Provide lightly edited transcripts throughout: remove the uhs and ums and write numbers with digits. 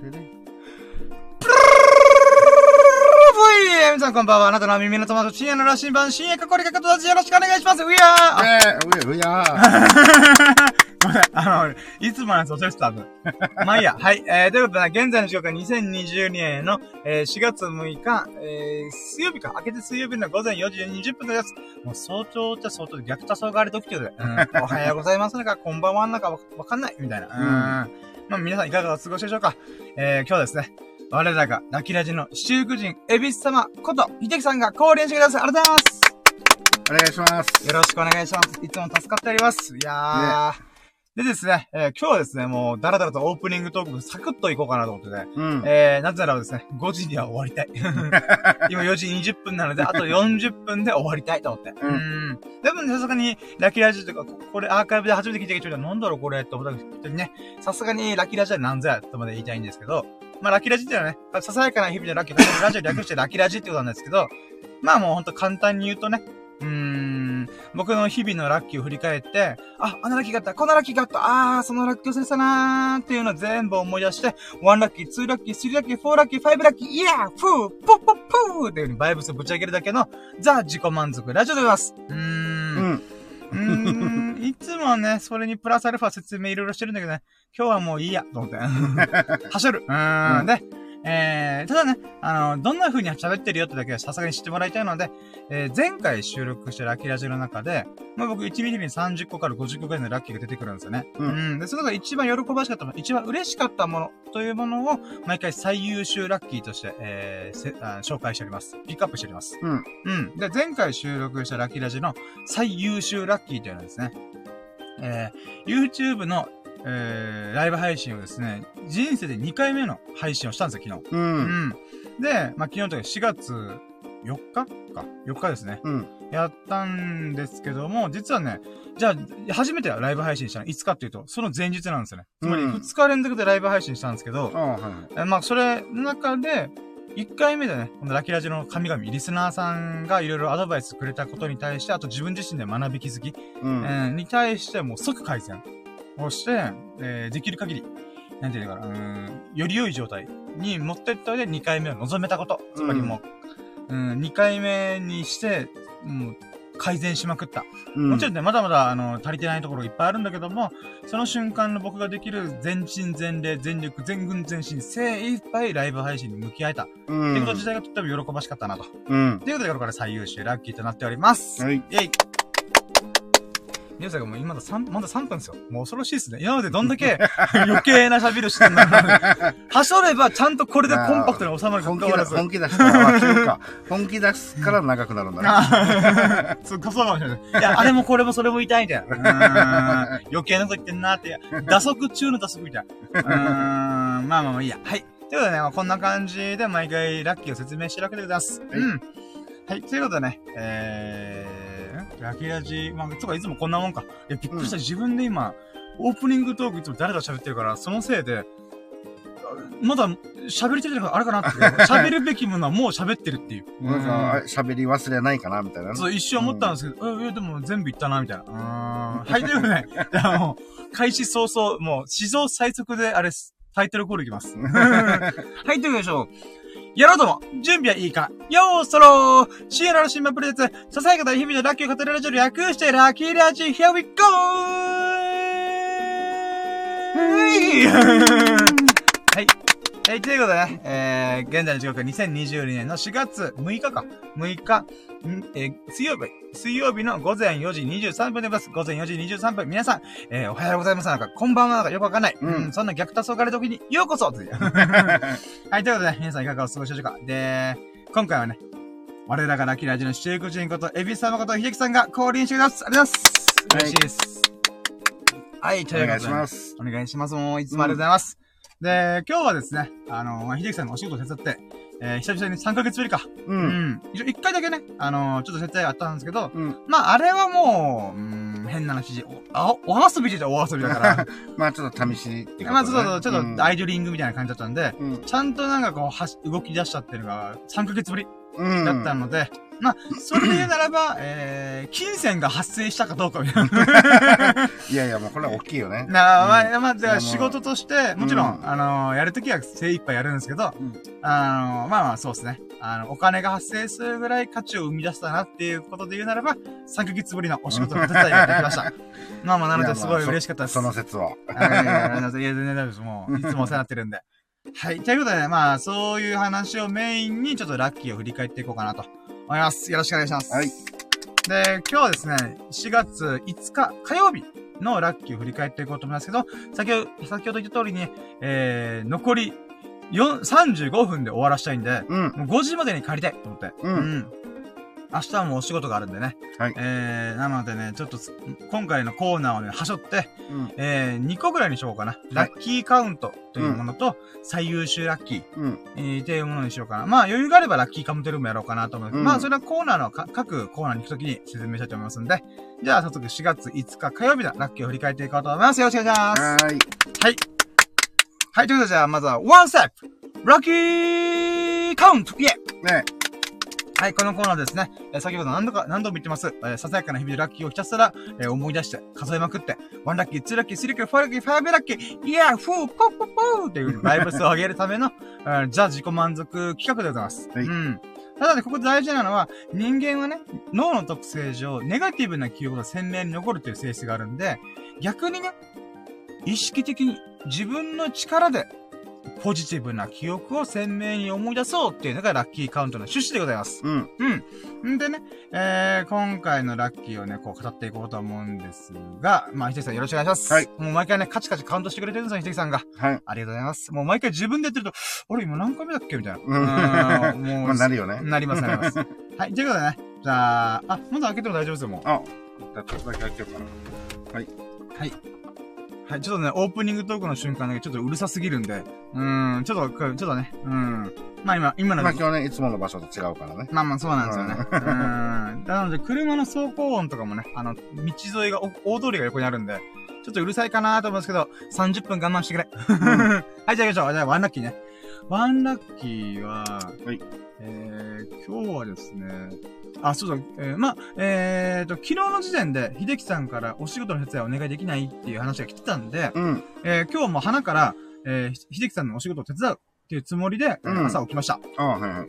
皆さんこんばんは。あなたの耳の友達、深夜の羅針盤、深夜かこりかとよろしくお願いします。うやーうやいつもなんですよ、それ多分。まあいいや。はい。ということで、現在の時刻は2022年の、4月6日、水曜日か。明けて水曜日の午前4時20分です。もう早朝って早朝で逆多層がある時ということで、おはようございますのか、こんばんはなんかわかんない、みたいな。まあ皆さんいかがお過ごしでしょうか。今日ですね、我らがラキラジの七福神、恵比寿様こと、秀樹さんが降臨してください。ありがとうございます。 お願いします。 よろしくお願いします。いつも助かっております。いやー。でですね、今日はですね、もうダラダラとオープニングトークサクッといこうかなと思ってね。なぜならばですね、5時には終わりたい。今4時20分なので、あと40分で終わりたいと思って。でもね、さすがにラキラジとか、これアーカイブで初めて聞いてきた人はなんだろうこれって思った人にね、さすがにラキラジは何ぞやとまで言いたいんですけど、まあラキラジっていうのはね、ささやかな日々のラジオ略してラキラジってことなんですけど、まあもうほんと簡単に言うとね、僕の日々のラッキーを振り返って、あのラッキーがあった、このラッキーがあった、そのラッキーを忘れてたなーっていうのを全部思い出して、1ラッキー、2ラッキー、3ラッキー、4ラッキー、5ラッキー、イヤー、フー、ポッポッポーっていう風にバイブスぶち上げるだけのザ自己満足ラジオでございます。いつもね、それにプラスアルファ説明いろいろしてるんだけどね、今日はもういいや、と思って。はしょる。で、ただね、どんな風に喋ってるよってだけはさすがに知ってもらいたいので、前回収録したラッキーラジオの中で、まあ、僕1ミリに30個から50個ぐらいのラッキーが出てくるんですよね。で、その中で一番喜ばしかったもの、一番嬉しかったものというものを、毎回最優秀ラッキーとして、紹介しております。ピックアップしております。で、前回収録したラッキーラジオの最優秀ラッキーというのはですね、YouTube のライブ配信をですね、人生で2回目の配信をしたんですよ、昨日。で、まあ、昨日というか4月4日か。4日ですね。やったんですけども、実はね、じゃあ、初めてライブ配信したのいつかっていうと、その前日なんですよね。つまり2日連続でライブ配信したんですけど、まあ、それの中で、1回目でね、このラキラジの神々、リスナーさんがいろいろアドバイスくれたことに対して、あと自分自身で学び気づき、に対してもう即改善をして、できる限り、なんていうのかな、より良い状態に持ってった上で2回目を望めたこと。つまりもう、2回目にして、もう、改善しまくった。もちろんね、まだまだ、足りてないところいっぱいあるんだけども、その瞬間の僕ができる全身全霊、全力、全軍全身、精一杯ライブ配信に向き合えた。っていうこと自体がとっても喜ばしかったなと。ということで、これから最優秀ラッキーとなっております。イェイ。皆さんがもう今まだ3分ですよ。もう恐ろしいですね。今までどんだけ余計な喋りをしてんのはしょればちゃんとこれでコンパクトに収まる本気出したら、本気出すから長くなるんだね。 そうかもしれない。いや、あれもこれもそれも痛いんだよ。余計なこと言ってんなって。打足中の打足みたい。まあいいや。はい。ということでね、こんな感じで毎回ラッキーを説明してるわけでございます。はい。ということでね、ラキラジ、まあ、とかいつもこんなもんか。びっくりした。自分で今、オープニングトークいつも誰と喋ってるから、そのせいで、まだ喋りてるのがあれかなって。喋るべきものはもう喋ってるっていう。 喋り忘れないかなみたいな。 そう、一瞬思ったんですけど、でも全部言ったな、みたいな。はい、ということでね、もう、開始早々、もう、史上最速で、あれ、タイトルコールいきます。はい、ということでしょう。やろうとも準備はいいかよーそろーシエラの新聞プレゼンツささやかな日々のラッキーを語るラジオ略してラッキーラジ Here we go! はい。ということでね、現在の時刻は2022年の4月6日か。6日、水曜日の午前4時23分でございます。午前4時23分。皆さん、おはようございます。なんか、こんばんはなんかよくわかんない。そんな逆多層がある時にようこそはい、ということでね、皆さんいかがお過ごしでしょうか。で、今回はね、我らがラッキーラジオの七福神こと、エビ様こと秀樹さんが降臨してくれます。ありがとうございます。嬉しいです。はい、ということで、お願いします。お願いします。もう、いつもありがとうございます。で、今日はですね、秀樹さんのお仕事を手伝って、久々に3ヶ月ぶりか。1回だけね、ちょっと設定あったんですけど、まあ、あれはもう、変な話、お遊びで言うとお遊びだから。 まあ、ちょっと試しってことね。 まあ、ちょっとアイドリングみたいな感じだったんで、ちゃんとなんかこう、動き出したっていうのが3ヶ月ぶり。 だったので、まあ、それで言うならば、金銭が発生したかどうかみたいな。 いやいや、もうこれは大きいよね。 まあ、仕事として、もちろん、やるときは精一杯やるんですけど、まあ、そうですね。お金が発生するぐらい価値を生み出したなっていうことで言うならば、3ヶ月ぶりのお仕事の手伝いができました。まあ、なのですごい嬉しかったです。 その説は。 いや、全然大丈夫です。もう、いつもお世話になってるんで。はい。ということでね、まあ、そういう話をメインに、ちょっとラッキーを振り返っていこうかなと思います。よろしくお願いします。 はい。 で、今日はですね、4月5日火曜日のラッキーを振り返っていこうと思いますけど、先ほど言った通りに、残り35分で終わらしたいんで、もう5時までに帰りたいと思って。明日はもうお仕事があるんでね。 はい。 なのでね、ちょっと、今回のコーナーをね、はしょって、2個ぐらいにしようかな。ラッキーカウントというものと、最優秀ラッキー、っていうものにしようかな。まあ、余裕があればラッキーカウントルームやろうかなと思います。まあ、それはコーナーの、各コーナーに行くときに説明したいと思いますんで。じゃあ、早速4月5日火曜日のラッキーを振り返っていこうと思います。よろしくお願いします。 はい。 はい。はい、ということで、じゃあ、まずは、ワンステップラッキーカウントイェイね。 はい、このコーナーですね。先ほど何度も言ってます。ささやかな日々でラッキーをひたすら、思い出して、数えまくって、1ラッキー、2ラッキー、3ラッキー、4ラッキー、5ラッキー、イヤー、フー、ポッポッポーっていうバイブスを上げるための、ザ自己満足企画でございます。 はい。 ただね、ここで大事なのは、人間はね、脳の特性上、ネガティブな記憶が鮮明に残るという性質があるんで、逆にね、意識的に自分の力で、ポジティブな記憶を鮮明に思い出そうっていうのがラッキーカウントの趣旨でございます。んでね、今回のラッキーをね、こう語っていこうと思うんですが、まあ、ひときさんよろしくお願いします。はい。もう毎回ね、カチカチカウントしてくれてるんですよ、ひときさんが。はい。ありがとうございます。もう毎回自分でやってると、あれ今何回目だっけみたいな。もう。まあ、 なるよね。 なります。はい。ということでね、じゃあ、まだ開けても大丈夫ですよ、もう。 ちょっとだけ開けようかな。はい。 はい。はい、ちょっとね、オープニングトークの瞬間だけちょっとうるさすぎるんで、ちょっとね、まあ今の。 まあ今日ね、いつもの場所と違うからね。 まあそうなんですよね。なので、車の走行音とかもね、道沿いが、大通りが横にあるんで、ちょっとうるさいかなと思うんですけど、30分我慢してくれ。はい、じゃあ行きましょう。じゃあ、ワンラッキーね。ワンラッキーは、はい。今日はですね、そうだ、昨日の時点で、秀樹さんからお仕事の手伝いお願いできないっていう話が来てたんで、今日はもう花から、秀樹さんのお仕事を手伝うっていうつもりで、朝起きました。はいはい。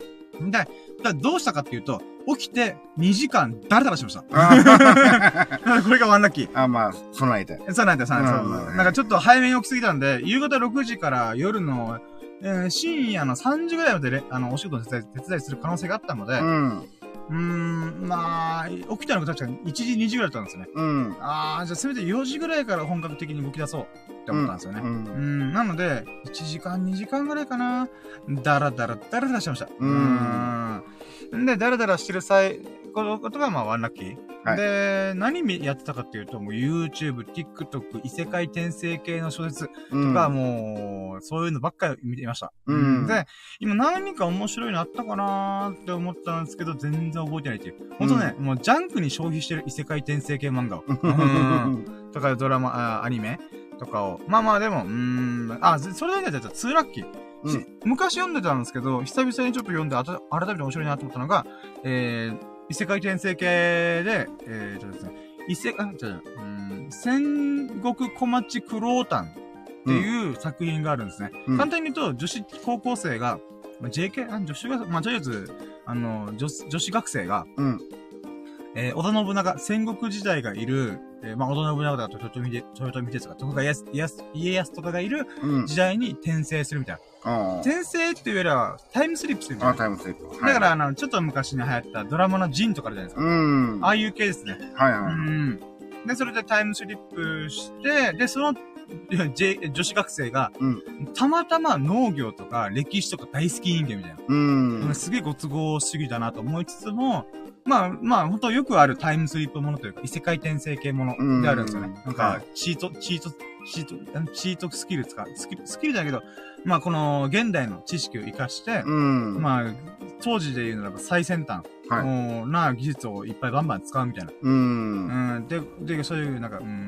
で、どうしたかっていうと、起きて2時間ダラダラしました。これがワンラッキー。 まあ、備えて。 備えて。なんかちょっと早めに起きすぎたんで、夕方6時から夜の、深夜の3時ぐらいまでお仕事の手伝いする可能性があったので、まあ、起きたのが確かに1時、2時ぐらいだったんですよね。じゃあせめて4時ぐらいから本格的に動き出そうって思ったんですよね。なので、1時間、2時間ぐらいかな。ダラダラしました。で、ダラダラしてることが、まあ、ワンラッキー。はい、で、何やってたかっていうと、もう YouTube、TikTok、異世界転生系の小説とか、もう、そういうのばっかり見ていました。で、今何か面白いのあったかなーって思ったんですけど、全然覚えてないっていう。ほんとね、もうジャンクに消費してる異世界転生系漫画を。とかドラマ、アニメとかを。まあでも、それだけだったら2ラッキー。昔読んでたんですけど、久々にちょっと読んで、改めて面白いなと思ったのが、異世界転生系で、ですね、戦国小町クロータンっていう作品があるんですね。簡単に言うと、女子高校生が、JK? 女子が、とりあえず、女子学生が、織田信長、戦国時代がいる、織田信長だと豊臣秀吉とか、徳川家康とかがいる時代に転生するみたいな。転生っていうよりは、タイムスリップするみたいな。 タイムスリップ。 だから、ちょっと昔に流行ったドラマのジンとかあるじゃないですか。ああいう系ですね。で、それでタイムスリップして、で、その、女子学生が、たまたま農業とか歴史とか大好き人間みたいな。すげえご都合主義だなと思いつつも、まあ、本当よくあるタイムスリップものというか、異世界転生系ものであるんですよね。なんか、チートスキル使う。スキルだけど、まあ、この、現代の知識を活かして、まあ、当時で言うならば最先端な技術をいっぱいバンバン使うみたいな。で、そういう、なんか、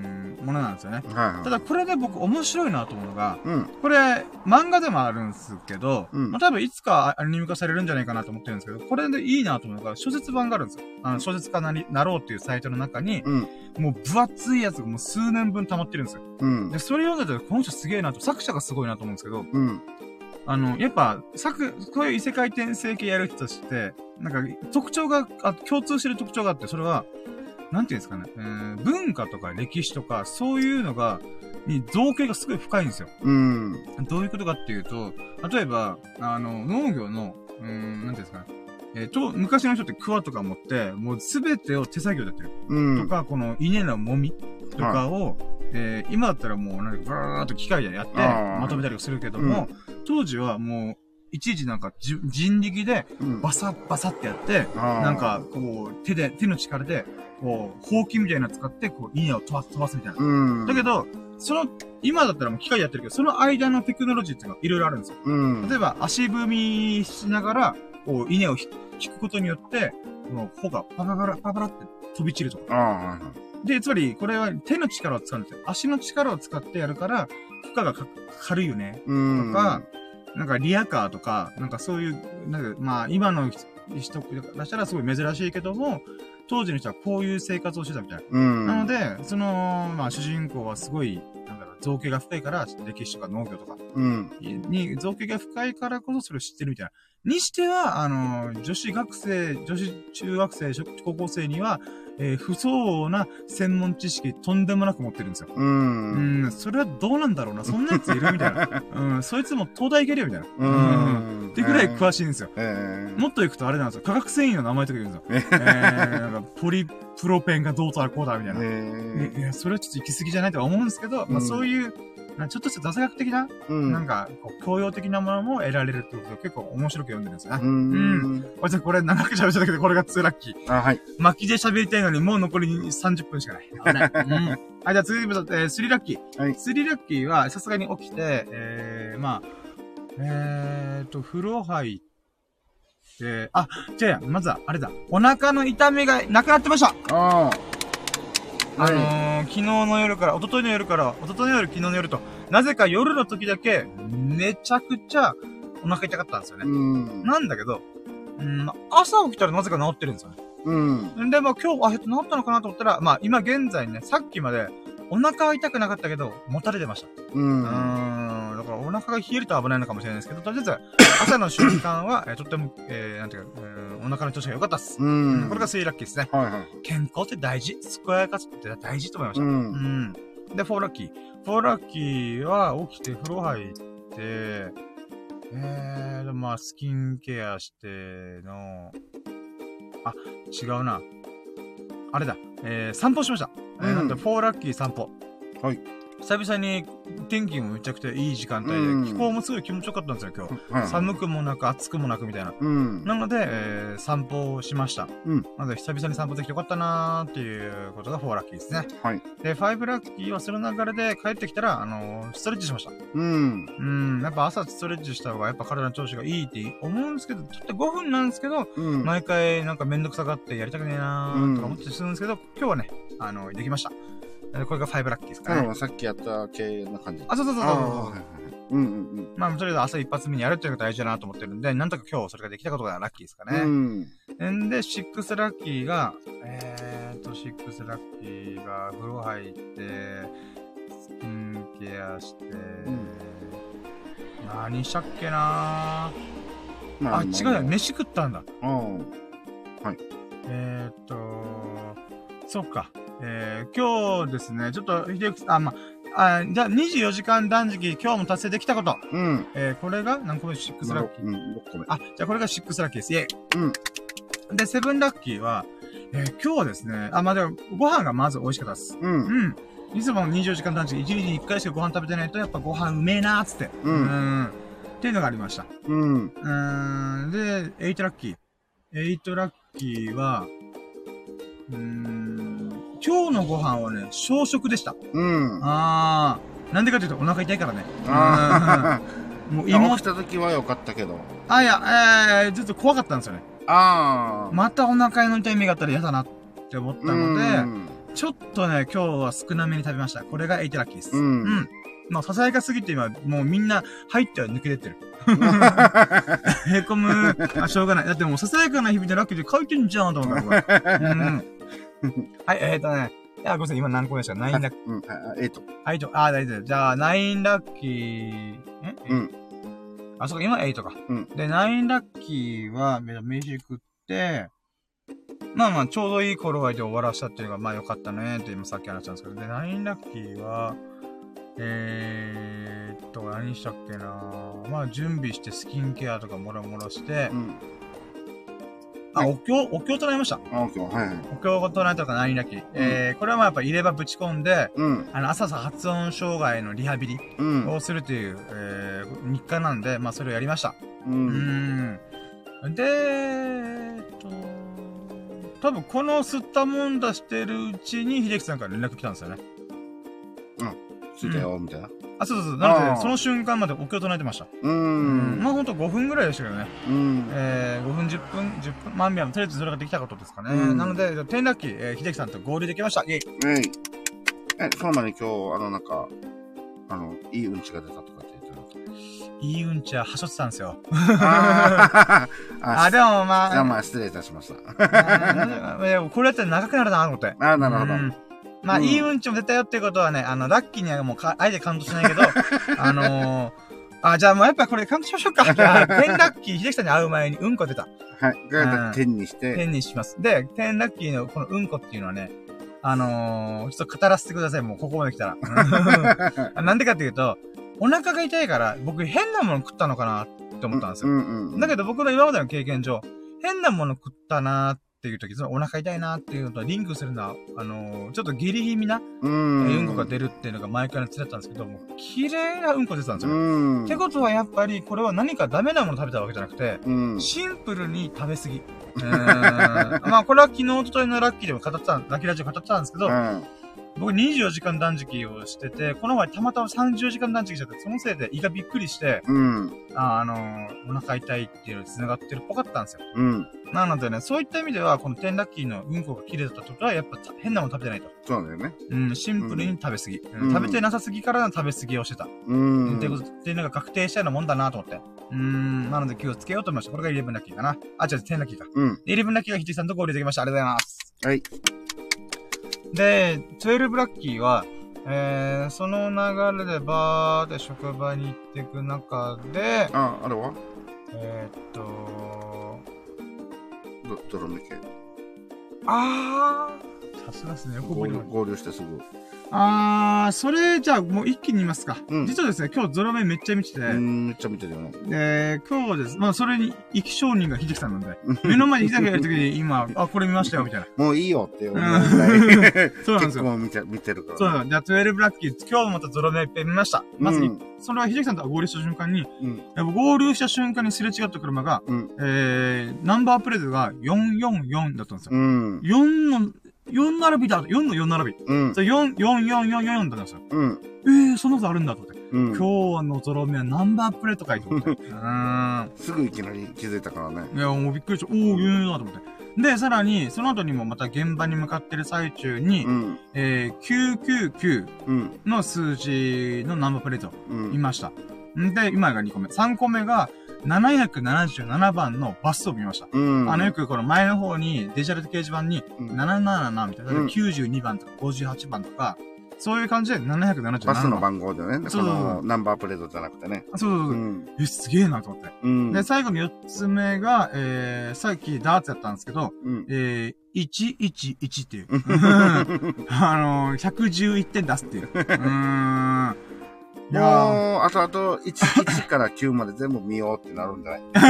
ものなんですよね。 はい。 ただこれで僕面白いなと思うのが、 うん。 これ漫画でもあるんですけど、 うんまあ、多分いつかアニメ化されるんじゃないかなと思ってるんですけど、これでいいなと思うのが、小説版があるんですよ。小説家なろうっていうサイトの中に、 うん。 もう分厚いやつがもう数年分溜まってるんですよ。 うん。 で、それ読んでて、この人すげえなと、作者がすごいなと思うんですけど、 うん。 やっぱ、こういう異世界転生系やる人たちって、なんか、特徴が、共通してる特徴があって、それは、なんていうんですかね、文化とか歴史とか、そういうのが、造形がすごい深いんですよ。 うん。 どういうことかっていうと、例えば、農業の、なんていうんですかね、昔の人って桑とか持って、もうすべてを手作業でやってる。 うん。 とか、この稲のもみとかを、今だったらもう、なんか、バーっと機械でやって、まとめたりするけども、当時はもう、いちいちなんか、人力で、バサッバサってやって、なんか、こう、手の力で、こう、ほうきみたいなの使って、こう、稲を飛ばすみたいな。だけど、今だったらもう機械でやってるけど、その間のテクノロジーっていうのがいろいろあるんですよ。例えば、足踏みしながら、こう、稲を引くことによって、この穂がパパラって飛び散るとか。で、つまり、これは手の力を使うんですよ。足の力を使ってやるから、負荷が軽いよね。とか、なんかリアカーとか、なんかそういう、なんか、まあ、今の人からしたらすごい珍しいけども、当時の人はこういう生活をしてたみたいな。なので、まあ、主人公はすごい、なんだろう、造形が深いから、歴史とか農業とか、に、造形が深いからこそそれを知ってるみたいな。にしては、女子中学生、高校生には、不相応な専門知識とんでもなく持ってるんですよ。それはどうなんだろうな。そんなやついるみたいな。そいつも東大行けるよみたいな。ってぐらい詳しいんですよ。もっと行くとあれなんですよ。化学繊維の名前とか言うんですよ。なんかプロペンがどうとはこうだみたいな。いや、それはちょっと行き過ぎじゃないとは思うんですけど、まあそういう、ちょっとした雑学的な、なんか、教養的なものも得られるってことで結構面白く読んでるんですよね。これ長く喋っちゃったけど、これが2ラッキー。 はい。 巻きで喋りたいのにもう残り30分しかない。はい、じゃあ次に3ラッキー。はい。3ラッキーはさすがに起きて、風呂入って、じゃあ、まずは、あれだ。お腹の痛みがなくなってました。昨日の夜から、一昨日の夜、昨日の夜と、なぜか夜の時だけ、めちゃくちゃお腹痛かったんですよね。なんだけど、朝起きたらなぜか治ってるんですよね。で、まあ今日、治ったのかなと思ったら、まあ今現在ね、さっきまで、お腹は痛くなかったけど、もたれてました。だからお腹が冷えると危ないのかもしれないですけど、とりあえず、朝の習慣は、とっても、なんていうか、お腹の調子が良かったっす。これが3ラッキーですね。健康って大事。健やかさって大事と思いました。で、4ラッキー。4ラッキーは起きて風呂入って、まあ、スキンケアしての、違うな。あれだ。散歩しました。なんで、4ラッキー散歩。はい。久々に天気もめちゃくちゃいい時間帯で、気候もすごい気持ちよかったんですよ、今日。寒くもなく、暑くもなくみたいな。なので、散歩をしました。なので、久々に散歩できてよかったなーっていうことが4ラッキーですね。はい。で、5ラッキーはその流れで帰ってきたら、ストレッチしました。やっぱ朝ストレッチした方がやっぱ体の調子がいいって思うんですけど、ちょっと5分なんですけど、毎回なんかめんどくさがってやりたくねえなーとか思ってするんですけど、今日はね、できました。これが5ラッキーですかね。 さっきやった系な感じ。 そう。まあ、とりあえず朝一発目にやるっていうのが大事だなと思ってるんで、なんとか今日それができたことがラッキーですかね。で、6ラッキーが、6ラッキーが風呂入って、スキンケアして、何したっけなー。違うよ。飯食ったんだ。はい。そっか。今日ですね、ちょっと、じゃあ24時間断食、今日も達成できたこと。これが何個目 ?6 ラッキー。6個目。じゃあこれが6ラッキーです。イェイ。で、7ラッキーは、今日はですね、でも、ご飯がまず美味しかったです。いつも24時間断食、1日に1回しかご飯食べてないと、やっぱご飯うめえなーっつって。っていうのがありました。で、8ラッキー。8ラッキーは、今日のご飯はね、小食でした。なんでかというとお腹痛いからね。 もう起きた時は良かったけど。 ずっと怖かったんですよね。またお腹の痛みがあったら嫌だなって思ったので、 ちょっとね、今日は少なめに食べました。これが8ラッキーです。 うん。 まあ、ささやかすぎて今、もうみんな入っては抜け出てる。へこむ。しょうがない。だってもうささやかな日々でラッキーで書いてんじゃんと思った。はい、いや、ごめんなさい、今何個でしたか ?9 ラッキー。8。大丈夫。じゃあ、9ラッキー、そうか、今8か。で、9ラッキーは、飯食って、まあまあ、ちょうどいい頃合いで終わらしたっていうのが、まあよかったねって今さっき話したんですけど、で、9ラッキーは、何したっけなまあ、準備してスキンケアとかもろもろして、お経唱えました。お経を唱えたのが9ラッキー。これはまあやっぱ入れ歯ぶち込んで、朝発音障害のリハビリをするという、日課なんで、まあそれをやりました。で、多分この吸ったもんだしてるうちに秀樹さんから連絡来たんですよね。 ついたよ、みたいな。 そう。なので、その瞬間までお経を唱えてました。まあほんと5分ぐらいでしたけどね。5分、10分、まあとりあえずそれができたことですかね。なので、10ラッキー、秀樹さんと合流できました。イェイ。 その前に今日、いいうんちが出たとかって言ってた。 いいうんちははしょってたんですよ。でもまあ。 じゃあまあ失礼いたしました。 これやったら長くなるなと思って。 なるほど。 まあ、いいうんちも出たよっていうことはね、ラッキーにはもうあえてカウントしないけど、じゃあもうやっぱこれカウントしましょうか。じゃあ、10ラッキー、秀樹さんに会う前にうんこ出た。 はい。10にして。 10にします。で、10ラッキーのこのうんこっていうのはね、ちょっと語らせてください、もうここまで来たら。なんでかっていうと、お腹が痛いから、僕変なもの食ったのかなって思ったんですよ。だけど僕の今までの経験上、変なもの食ったなっていう時、そのお腹痛いなっていうのとリンクするのは、ちょっと下痢気味な、うんこが出るっていうのが前から伝えたんですけど、もう綺麗なうんこ出てたんですよ。ってことはやっぱりこれは何かダメなもの食べたわけじゃなくて、シンプルに食べ過ぎ。まあこれは昨日、一昨日のラッキーでもラッキーラジオ語ってたんですけど、僕24時間断食をしてて、この前たまたま30時間断食しちゃって、そのせいで胃がびっくりして、お腹痛いっていうのに繋がってるっぽかったんですよ。なのでね、そういった意味では、この10ラッキーのうんこが切れたってことは、やっぱ変なもの食べてないと。 そうだよね。 シンプルに食べ過ぎ。食べてなさすぎからの食べ過ぎをしてた。っていうのが確定したようなもんだなと思って。なので気をつけようと思いました。これが11ラッキーかな。違う、10ラッキーか。11ラッキーがひじさんと合流できました。ありがとうございます。 はい。 で、12ラッキーは、その流れでバーで職場に行っていく中で、 あれはドロメ系。 さすがですね。 合流してすぐ。 それ、じゃあ、もう一気に言いますか。実はですね、今日ゾロ目めっちゃ見てて。 めっちゃ見てるよね。 今日はです。まあ、それに、生き証人が秀樹さんなんで。目の前に秀樹がいるときに、今、これ見ましたよ、みたいな。 もういいよって思うぐらい。 そうなんですよ。 結構見てるから。 そうなんです。じゃあ、12ラッキー、今日もまたゾロ目いっぱい見ました。まず、それは秀樹さんと合流した瞬間に、合流した瞬間にすれ違った車が、ナンバープレートが444だったんですよ。4並びだ。4の4並び。それ4、4、4、4、4、4だったんですよ。そんなことあるんだと思って。今日のゾロ目はナンバープレートかいと思って。 すぐいきなり気づいたからね。 いや、もうびっくりした。4だと思って。で、さらに、その後にもまた現場に向かってる最中に、999の数字のナンバープレート、いました。で、今が2個目。3個目が、777番のバスを見ました。よくこの前の方にデジタル掲示板に777みたいな、92番とか58番とか、そういう感じで777番。 バスの番号でね。そのナンバープレートじゃなくてね。 そう。すげえなと思って。で、最後の4つ目が、さっきダーツやったんですけど、111っていう。111点出すっていう。 もう、あと1から9まで全部見ようってなるんじゃ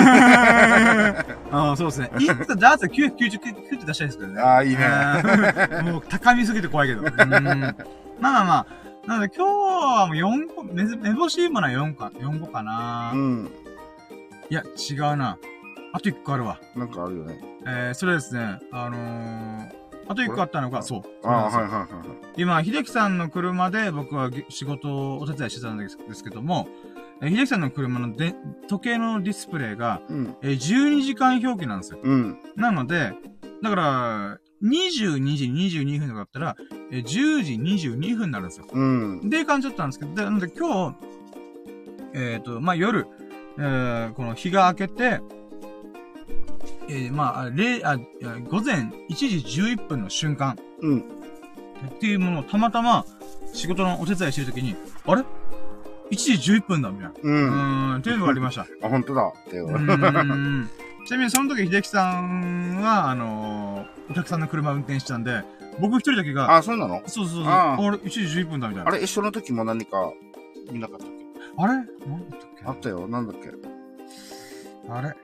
ないそうですね。ダーツ999って出したいんですけどね。 いいね。 もう高みすぎて怖いけど。まあ。なので今日はもう4個、めぼしいものは4個かな。いや、違うな。あと1個あるわ。 なんかあるよね。 それですね、あと1個あったのが、そう。 はい。 今、秀樹さんの車で僕は仕事をお手伝いしてたんですけども、秀樹さんの車の時計のディスプレイが、12時間表記なんですよ。なので、だから、 22時22分とかだったら、10時22分になるんですよ。で、感じだったんですけど、なので今日、まあ、夜、この日が明けて、まあ、午前1時11分の瞬間。っていうものをたまたま仕事のお手伝いしてるときに、あれ ?1 時11分だ、みたいな。っていうのがありました。 あ、本当だ。っていう。 ちなみにその時、秀樹さんは、お客さんの車運転してたんで、僕一人だけが、 あ、そうなの？ そうそうそう。あれ、1時11分だ、みたいな。 あれ、一緒の時も何か見なかったっけ？ あれなんだったっけ？ あったよ。なんだっけ？ あれ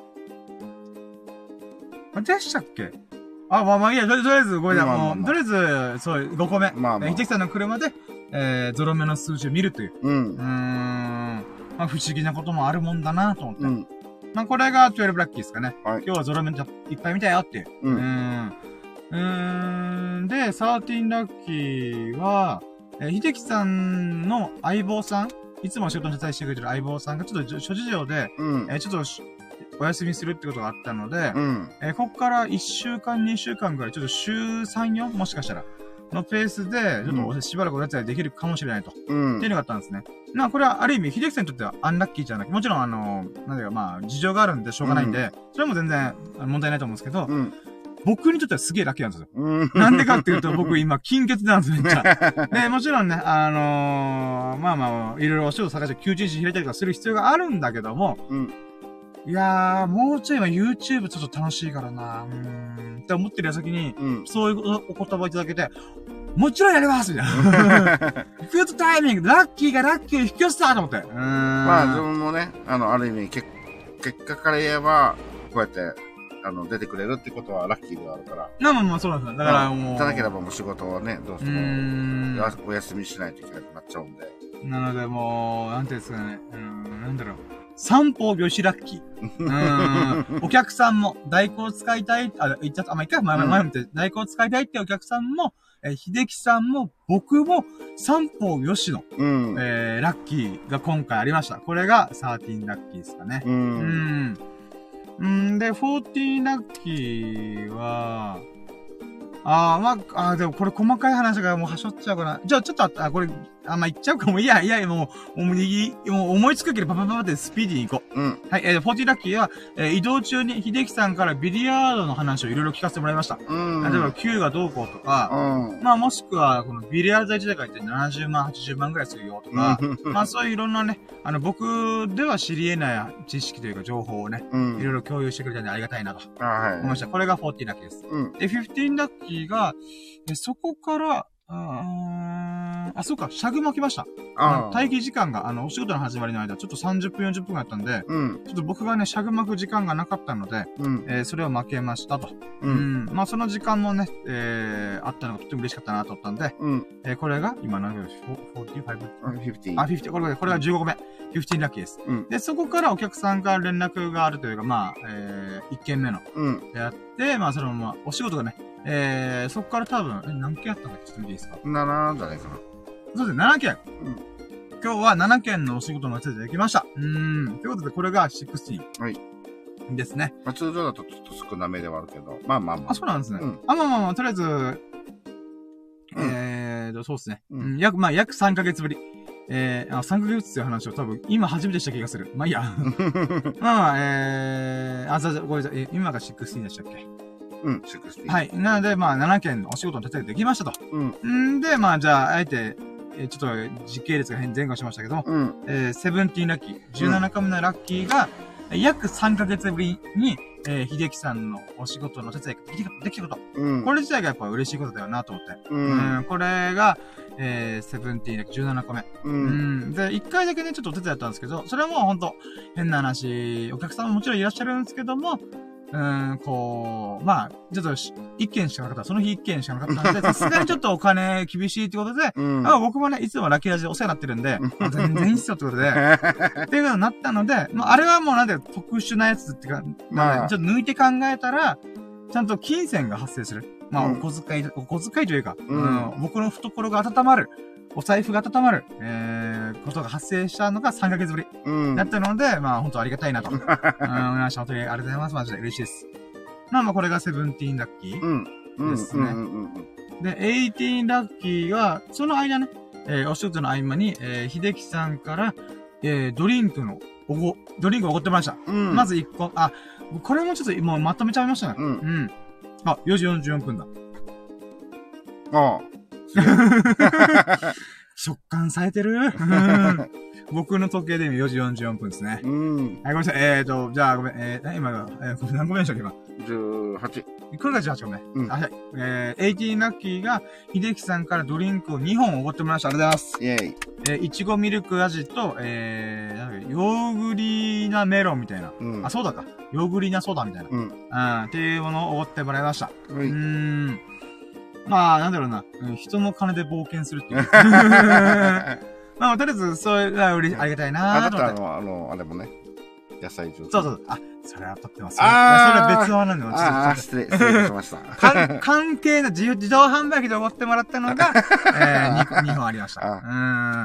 でしたっけ？まあいいや、とりあえず、ごめんなさい。とりあえず、そう、5個目。秀樹さんの車で、ゾロ目の数字を見るという。まあ不思議なこともあるもんだなと思って。まあこれが12ラッキーですかね。今日はゾロ目いっぱい見たよっていう。で、13ラッキーは、秀樹さんの相棒さん、いつも仕事の手伝いしてくれてる相棒さんがちょっと諸事情で、ちょっとお休みするってことがあったので、ここから1週間、2週間ぐらい、ちょっと週3、4もしかしたら、のペースで、ちょっとしばらくお手伝いできるかもしれないと。っていうのがあったんですね。これはある意味、秀樹さんにとってはアンラッキーじゃなくて、もちろんなんだかまあ、事情があるんでしょうがないんで、それも全然問題ないと思うんですけど、僕にとってはすげえラッキーなんですよ。なんでかっていうと、僕今、金欠なんです、めっちゃ。で、もちろんね、まあまあ、いろいろお仕事探して休日開いたりとかする必要があるんだけども、いやー、もうちょい今 YouTube ちょっと楽しいからなって思ってる矢先に、そういうお言葉いただけて、もちろんやりますみたいな。グッドタイミングラッキーがラッキーを引き寄せたと思って。 まあ自分もね、ある意味、結果から言えば、こうやって、出てくれるってことはラッキーではあるから。 まあそうなんですよ。だからもう。 じゃなければもう仕事はね、どうしても、お休みしないといけなくなっちゃうんで。 なのでもう、なんていうんですかね、なんだろう。三方拍子ラッキー。お客さんも、代行を使いたい、言っちゃった、まあ、一回前見て、代行を使いたいってお客さんも、秀樹さんも、僕も、三方拍子の、ラッキーが今回ありました。これが13ラッキーですかね。で、14ラッキーは、でもこれ細かい話がもうはしょっちゃうかな。じゃあちょっとこれ、まあ、言っちゃうかも。いや、もう思いつくけどパパパパってスピーディーに行こう。はい、40ラッキーは、移動中に秀樹さんからビリヤードの話をいろいろ聞かせてもらいました。例えば、Q がどうこうとか、まあ、もしくは、このビリヤード代自体が言って70万、80万ぐらいするよとか、まあ、そういういろんなね、僕では知り得ない知識というか情報をね、いろいろ共有してくれたんでありがたいなと思いました。これが40ラッキーです。で、15ラッキーが、そこから、そうか、シャグも来ました。待機時間が、お仕事の始まりの間、ちょっと30分、40分だったんで、ちょっと僕がね、シャグ巻く時間がなかったので、それを負けましたと。まあ、その時間もね、あったのがとても嬉しかったなと思ったんで、これが、今何秒でしょ ?45? 50。これが15個目。15ラッキーです。で、そこからお客さんから連絡があるというか、まあ、1件目の、やって、まあ、そのまま、お仕事がね、そこから多分、何件あったんだっけちょっと見ていいですか ?7 じゃないかな。 そうですね、7件。今日は7件のお仕事の手伝いできました。ということで、これが16。はい。ですね。 まあ、通常だとちょっと少なめではあるけど、まあまあまあ。 そうなんですね。まあ、とりあえず、そうですね。約3ヶ月ぶり。3ヶ月っていう話を多分、今初めてした気がする。まあいいや。まあ、ごめんなさい。今が16でしたっけ 16。 はい。なので、まあ、7件のお仕事の手伝いできましたと。で、まあ、じゃあ、あえて、ちょっと時系列が前後しましたけども、17ラッキー、17個目のラッキーが、約3ヶ月ぶりに、秀樹さんのお仕事の手伝いができたこと。これ自体がやっぱ嬉しいことだよなと思って。これが、17ラッキー、17個目。で、1回だけね、ちょっとお手伝いだったんですけど、それはもうほんと、変な話、お客さんももちろんいらっしゃるんですけども、まあ、ちょっと、1件しかなかった。その日1件しかなかったので、さすがにちょっとお金厳しいってことで、僕もね、いつもラッキーラジでお世話になってるんで、全然いいっすよってことで、っていうことになったので、あれはもうなんで特殊なやつっていうか、ちょっと抜いて考えたら、ちゃんと金銭が発生する。まあ、お小遣いというか、僕の懐が温まる。お財布が温まる、ことが発生したのが3ヶ月ぶり。だったので、まあ、本当ありがたいなと。皆さん、本当にありがとうございます。マジで嬉しいです。まあ、これが17ラッキー。 ですね。で、18ラッキーは、その間ね、お仕事の合間に、秀樹さんから、ドリンクをおごってもらいました。まず1個。あ、これもちょっともうまとめちゃいましたね。あ、4時44分だ。 ああ。 直感されてる僕の時計で4時44分ですね。はい、ごめんなさい。じゃあごめん、今が、何個目でしたっけ今。 18。 これが18個目。はい。18ラッキーが、秀樹さんからドリンクを2本おごってもらいました。ありがとうございます。イェイ。いちごミルク味と、ヨーグリナメロンみたいな。あ、そうだか。ヨーグリナソーダみたいな。っていうものをおごってもらいました。まあ、なんだろうな。人の金で冒険するっていう。まあ、とりあえず、それがありがたいなーと思って。 あれもね。野菜ジュース。 そう。あ、それは撮ってます。それは別話なんだよ。 失礼しました。 関係の自動販売機でおごってもらったのが、2本ありました。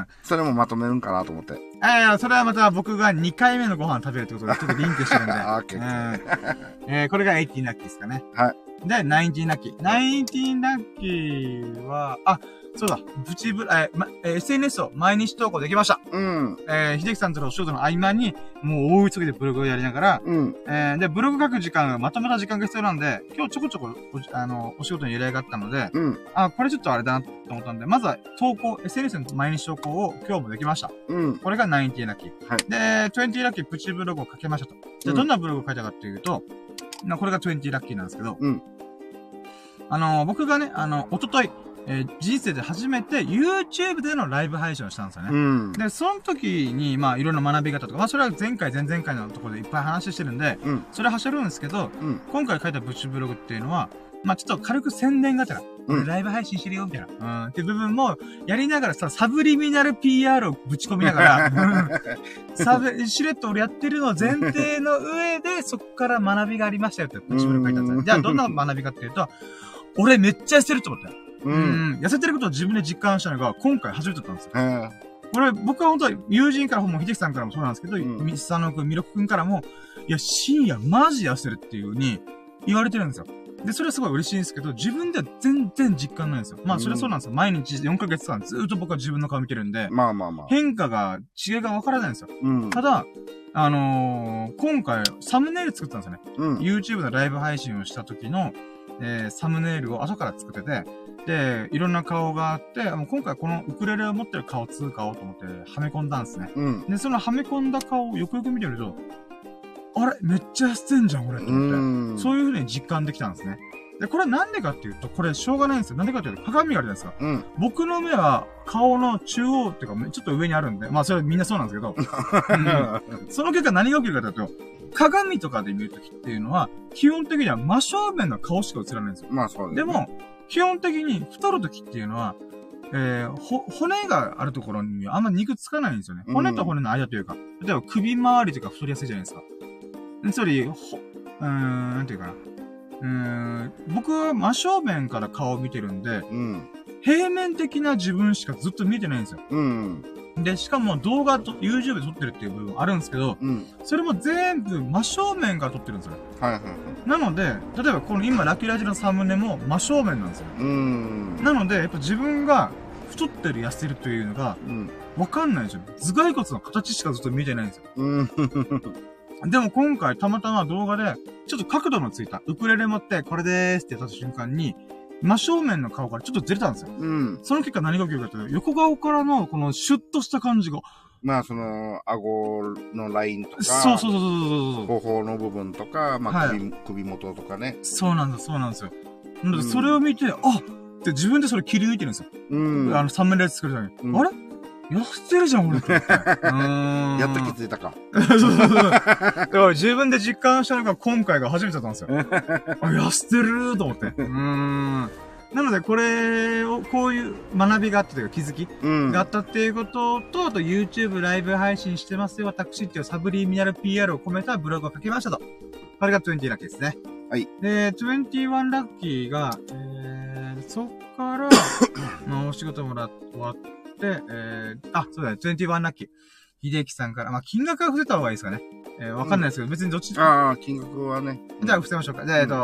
それもまとめるんかなと思って。 それはまた僕が2回目のご飯食べるってことで、ちょっとリンクしてるんで。これが18ラッキーですかね。 はい。 で、19ラッキー。19ラッキーは、あ、そうだ、SNS を毎日投稿できました。秀樹さんとのお仕事の合間に、もう大急ぎでブログをやりながら、で、ブログ書く時間、まとめた時間が必要なんで、今日ちょこちょこ、お仕事に依頼があったので、これちょっとあれだなと思ったんで、まずはSNS の毎日投稿を今日もできました。これが19ラッキー。はい、で、20ラッキープチブログを書けましたと。じゃあどんなブログを書いたかっていうと、これが20ラッキーなんですけど、僕がね、おととい、人生で初めて YouTube でのライブ配信をしたんですよね。で、その時に、まあ、いろんな学び方とか、まあ、それは前回、前々回のところでいっぱい話してるんで、それは走るんですけど、今回書いたブチブログっていうのは、まあ、ちょっと軽く宣伝がてら、ライブ配信してるよ、みたいな。っていう部分も、やりながらさ、サブリミナル PR をぶち込みながら、しれっと俺やってるの前提の上で、そこから学びがありましたよって、ブチブログ書いたんですよ。じゃあ、どんな学びかっていうと、俺めっちゃ痩せると思ったよ。痩せてることを自分で実感したのが、今回初めてだったんですよ。僕は本当は友人からも、秀樹さんからもそうなんですけど、佐野くん、ミロクくんからも、いや、深夜マジ痩せるっていう風に言われてるんですよ。で、それはすごい嬉しいんですけど、自分では全然実感ないんですよ。まあ、それはそうなんですよ。毎日4ヶ月間ずっと僕は自分の顔見てるんで、変化が、違いがわからないんですよ。ただ、今回、サムネイル作ったんですよね。YouTube のライブ配信をした時の、サムネイルを後から作ってて、で、いろんな顔があって、もう今回このウクレレを持ってる顔2顔と思ってはめ込んだんですね。で、そのはめ込んだ顔をよくよく見てると、あれめっちゃ痩せてんじゃん、俺と思って。そういう風に実感できたんですね。で、これなんでかっていうと、これしょうがないんですよ。なんでかっていうと、鏡があるじゃないですか。僕の目は顔の中央っていうか、ちょっと上にあるんで、まあそれはみんなそうなんですけど、その結果何が起きるかというと、鏡とかで見るときっていうのは、基本的には真正面の顔しか映らないんですよ。まあそうですね。でも、基本的に太るときっていうのは、骨があるところにあんま肉つかないんですよね。骨と骨の間というか、例えば首周りとか太りやすいじゃないですか。つまり、なんていうかな。僕は真正面から顔を見てるんで、平面的な自分しかずっと見てないんですよ。で、しかも動画と YouTube で撮ってるっていう部分あるんですけど、それも全部真正面から撮ってるんですよ。なので、例えばこの今ラッキーラジのサムネも真正面なんですよ。なので、やっぱ自分が太ってる痩せるというのが、わかんないんですよ。頭蓋骨の形しかずっと見てないんですよ。でも今回たまたま動画で、ちょっと角度のついたウクレレ持ってこれでーすってやった瞬間に、真正面の顔からちょっとずれたんですよ。その結果何が起きるかというと、横顔からのこのシュッとした感じが。まあ顎のラインとか、そう。頬の部分とか、まあ首元とかね。そうなんですよ。なのでそれを見て、って自分でそれ切り抜いてるんですよ。サムネイル作るために。あれ痩せてるじゃん、俺って。やっと気づいたか。だから自分で実感したのが今回が初めてだったんですよ。痩せてると思って。なので、これを、こういう学びがあったというか気づきがあったっていうことと、あと YouTube ライブ配信してますよ、私っていうサブリミナル PR を込めたブログを書きましたと。これが20ラッキーですね。はい。で、21ラッキーが、そっから、まあ、お仕事終わって、そうだね、21ラッキー。秀樹さんから、まあ、金額は伏せた方がいいですかね。わかんないですけど、別にどっち金額はね。じゃあ伏せましょうか。じゃあ、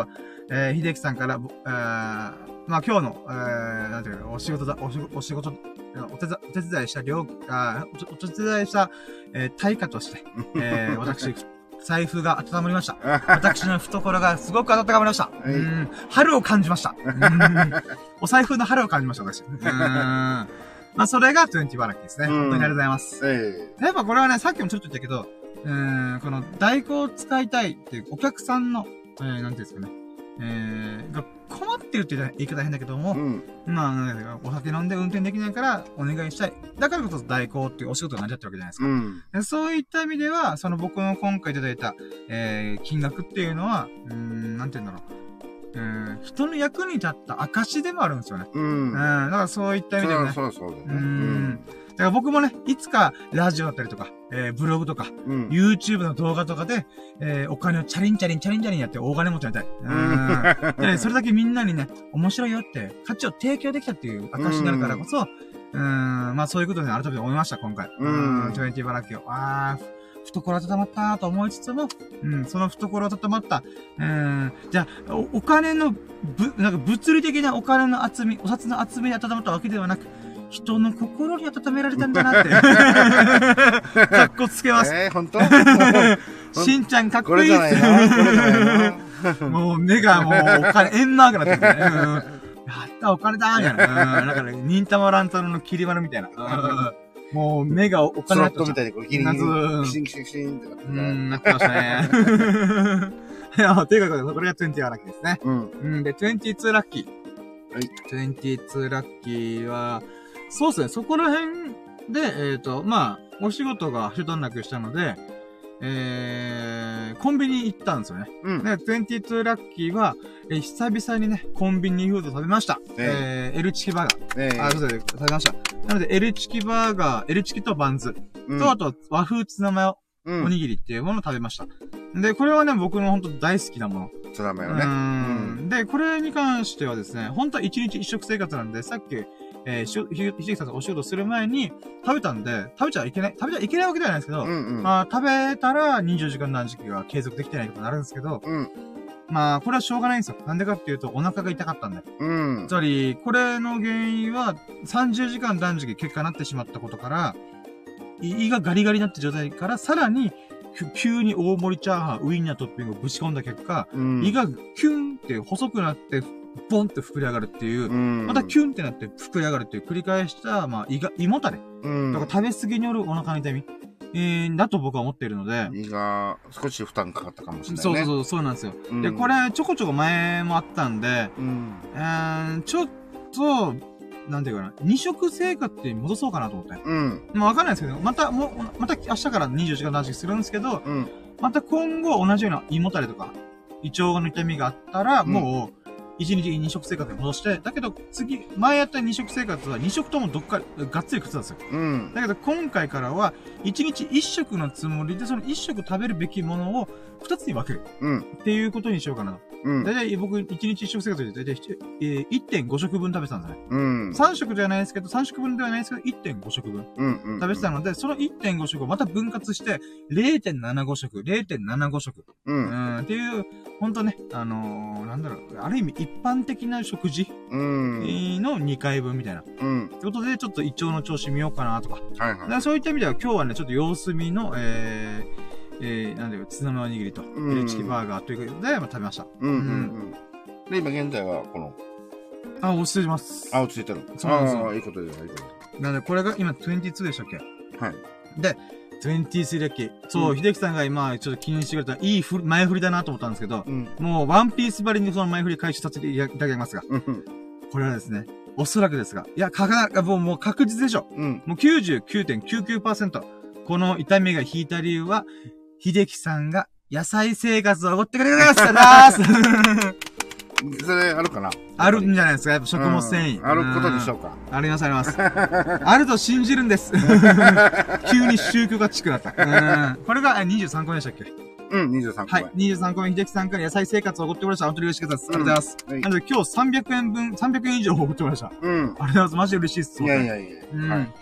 秀樹さんから、まあ今日の、なんていうの、お仕事、お手伝いしたお手伝いした、対価として、私、財布が温まりました。私の懐がすごく温まりました。春を感じました。お財布の春を感じました、私。まあ、それが20バラキですね。本当にありがとうございます。やっぱこれはね、さっきもちょっと言ったけど、この代行を使いたいっていうお客さんの、なんていうんですかね。が困ってるって言い方変だけども、まあ、お酒飲んで運転できないからお願いしたい。だからこそ代行っていうお仕事になっちゃってるわけじゃないですか。そういった意味では、その僕の今回いただいた、金額っていうのは、なんて言うんだろう。人の役に立った証でもあるんですよね。だからそういった意味でもね。そうだから僕もね、いつかラジオだったりとか、ブログとか、YouTube の動画とかで、お金をチャリンやって大金持ちになりたい。で、それだけみんなにね、面白いよって価値を提供できたっていう証になるからこそ、まあそういうことに改めて思いました、今回。20バラキを。懐温まったと思いつつも、その懐温まった、じゃあ、お金の、なんか物理的なお金の厚み、お札の厚みで温まったわけではなく、人の心に温められたんだなって。かっこつけます。 本当しんちゃんかっこいいっす。もう目がもうお金、円マークになってるね。やったお金だみたいな。なんかね、忍たま乱太郎の切り丸みたいな。もう目がお金だった。 スロットみたいにこうギリギリ。キシンキシンキシンってなってましたね。いや、ということで、これが20ラッキーですね。で、22ラッキー。はい。22ラッキーは、そうですね、そこら辺で、まあ、お仕事が一段落したので、コンビニ行ったんですよね。で、22ラッキーは、久々にね、コンビニフード食べました。L チキバーガー。そうです、食べました。なので、L チキバーガー、L チキとバンズ、と、あと、和風ツナマヨ、おにぎりっていうものを食べました。で、これはね、僕の本当大好きなもの。 ツナマヨね。 で、これに関してはですね、本当は一日一食生活なんで、さっき、ひじきさんとお仕事する前に食べたんで、食べちゃいけないわけではないんですけど、まあ、食べたら24時間何時間が継続できてないことになるんですけど、まあ、これはしょうがないんですよ。なんでかっていうと、お腹が痛かったんで。つまり、これの原因は、30時間断食結果になってしまったことから、胃がガリガリになった状態から、さらに、急に大盛りチャーハン、ウインナートッピングをぶち込んだ結果、胃がキュンって細くなって、ボンって膨れ上がるっていう、またキュンってなって膨れ上がるっていう繰り返した、まあ、胃もたれ。だから食べ過ぎによるお腹の痛み。だと僕は思っているので。 胃が少し負担かかったかもしれないね。 そうなんですよ。で、これ、ちょこちょこ前もあったんで、ちょっと、なんていうかな、二食生活に戻そうかなと思って。まあわかんないですけど、また明日から24時間断食するんですけど、また今後同じような胃もたれとか、胃腸の痛みがあったら、もう、1日2食生活に戻して、だけど前やった2食生活は2食ともどっかがっつり食ってたんですよ。だけど今回からは、1日1食のつもりで、その1食食べるべきものを2つに分ける。っていうことにしようかなと。だいたい僕1日1食生活でだいたい 1.5 食分食べてたんですね。3食じゃないですけど、3食分ではないですけど、1.5 食分食べてたので、その 1.5 食をまた分割して、0.75 食、0.75 食。っていう、ほんとね、なんだろう、ある意味一般的な食事の2回分みたいな。ってことで、ちょっと胃腸の調子見ようかなとか。そういった意味では今日はね、ちょっと様子見の、なんだよ、ツナのおにぎりと、L チキバーガーということで、食べました。 で、今現在はこの。 落ち着いてます。 落ち着いてる。 そうなんですよ。 いいことです、いいことです。 なので、これが今22でしたっけ？ はい。 で、23だっけ？そう、秀樹さんが今、ちょっと気にしてくれた、いい前振りだなと思ったんですけど、もう、ワンピースばりにその前振り回収させていただきますが、これはですね、おそらくですが、いや、もう確実でしょ。もう 99.99%。この痛みが引いた理由は、秀樹さんが野菜生活をおごってくれますそれあるかな？ あるんじゃないですか、やっぱ食物繊維。 あることにしようか。 あります。あると信じるんです。急に宗教がちくなった。これが23個目でしたっけ ？23個目。 はい。23個目、秀樹さんから野菜生活をおごってもらいました。本当に嬉しかったです。ありがとうございます。なので今日300円以上おごってもらいました。ありがとうございます。マジで嬉しいです。 いや。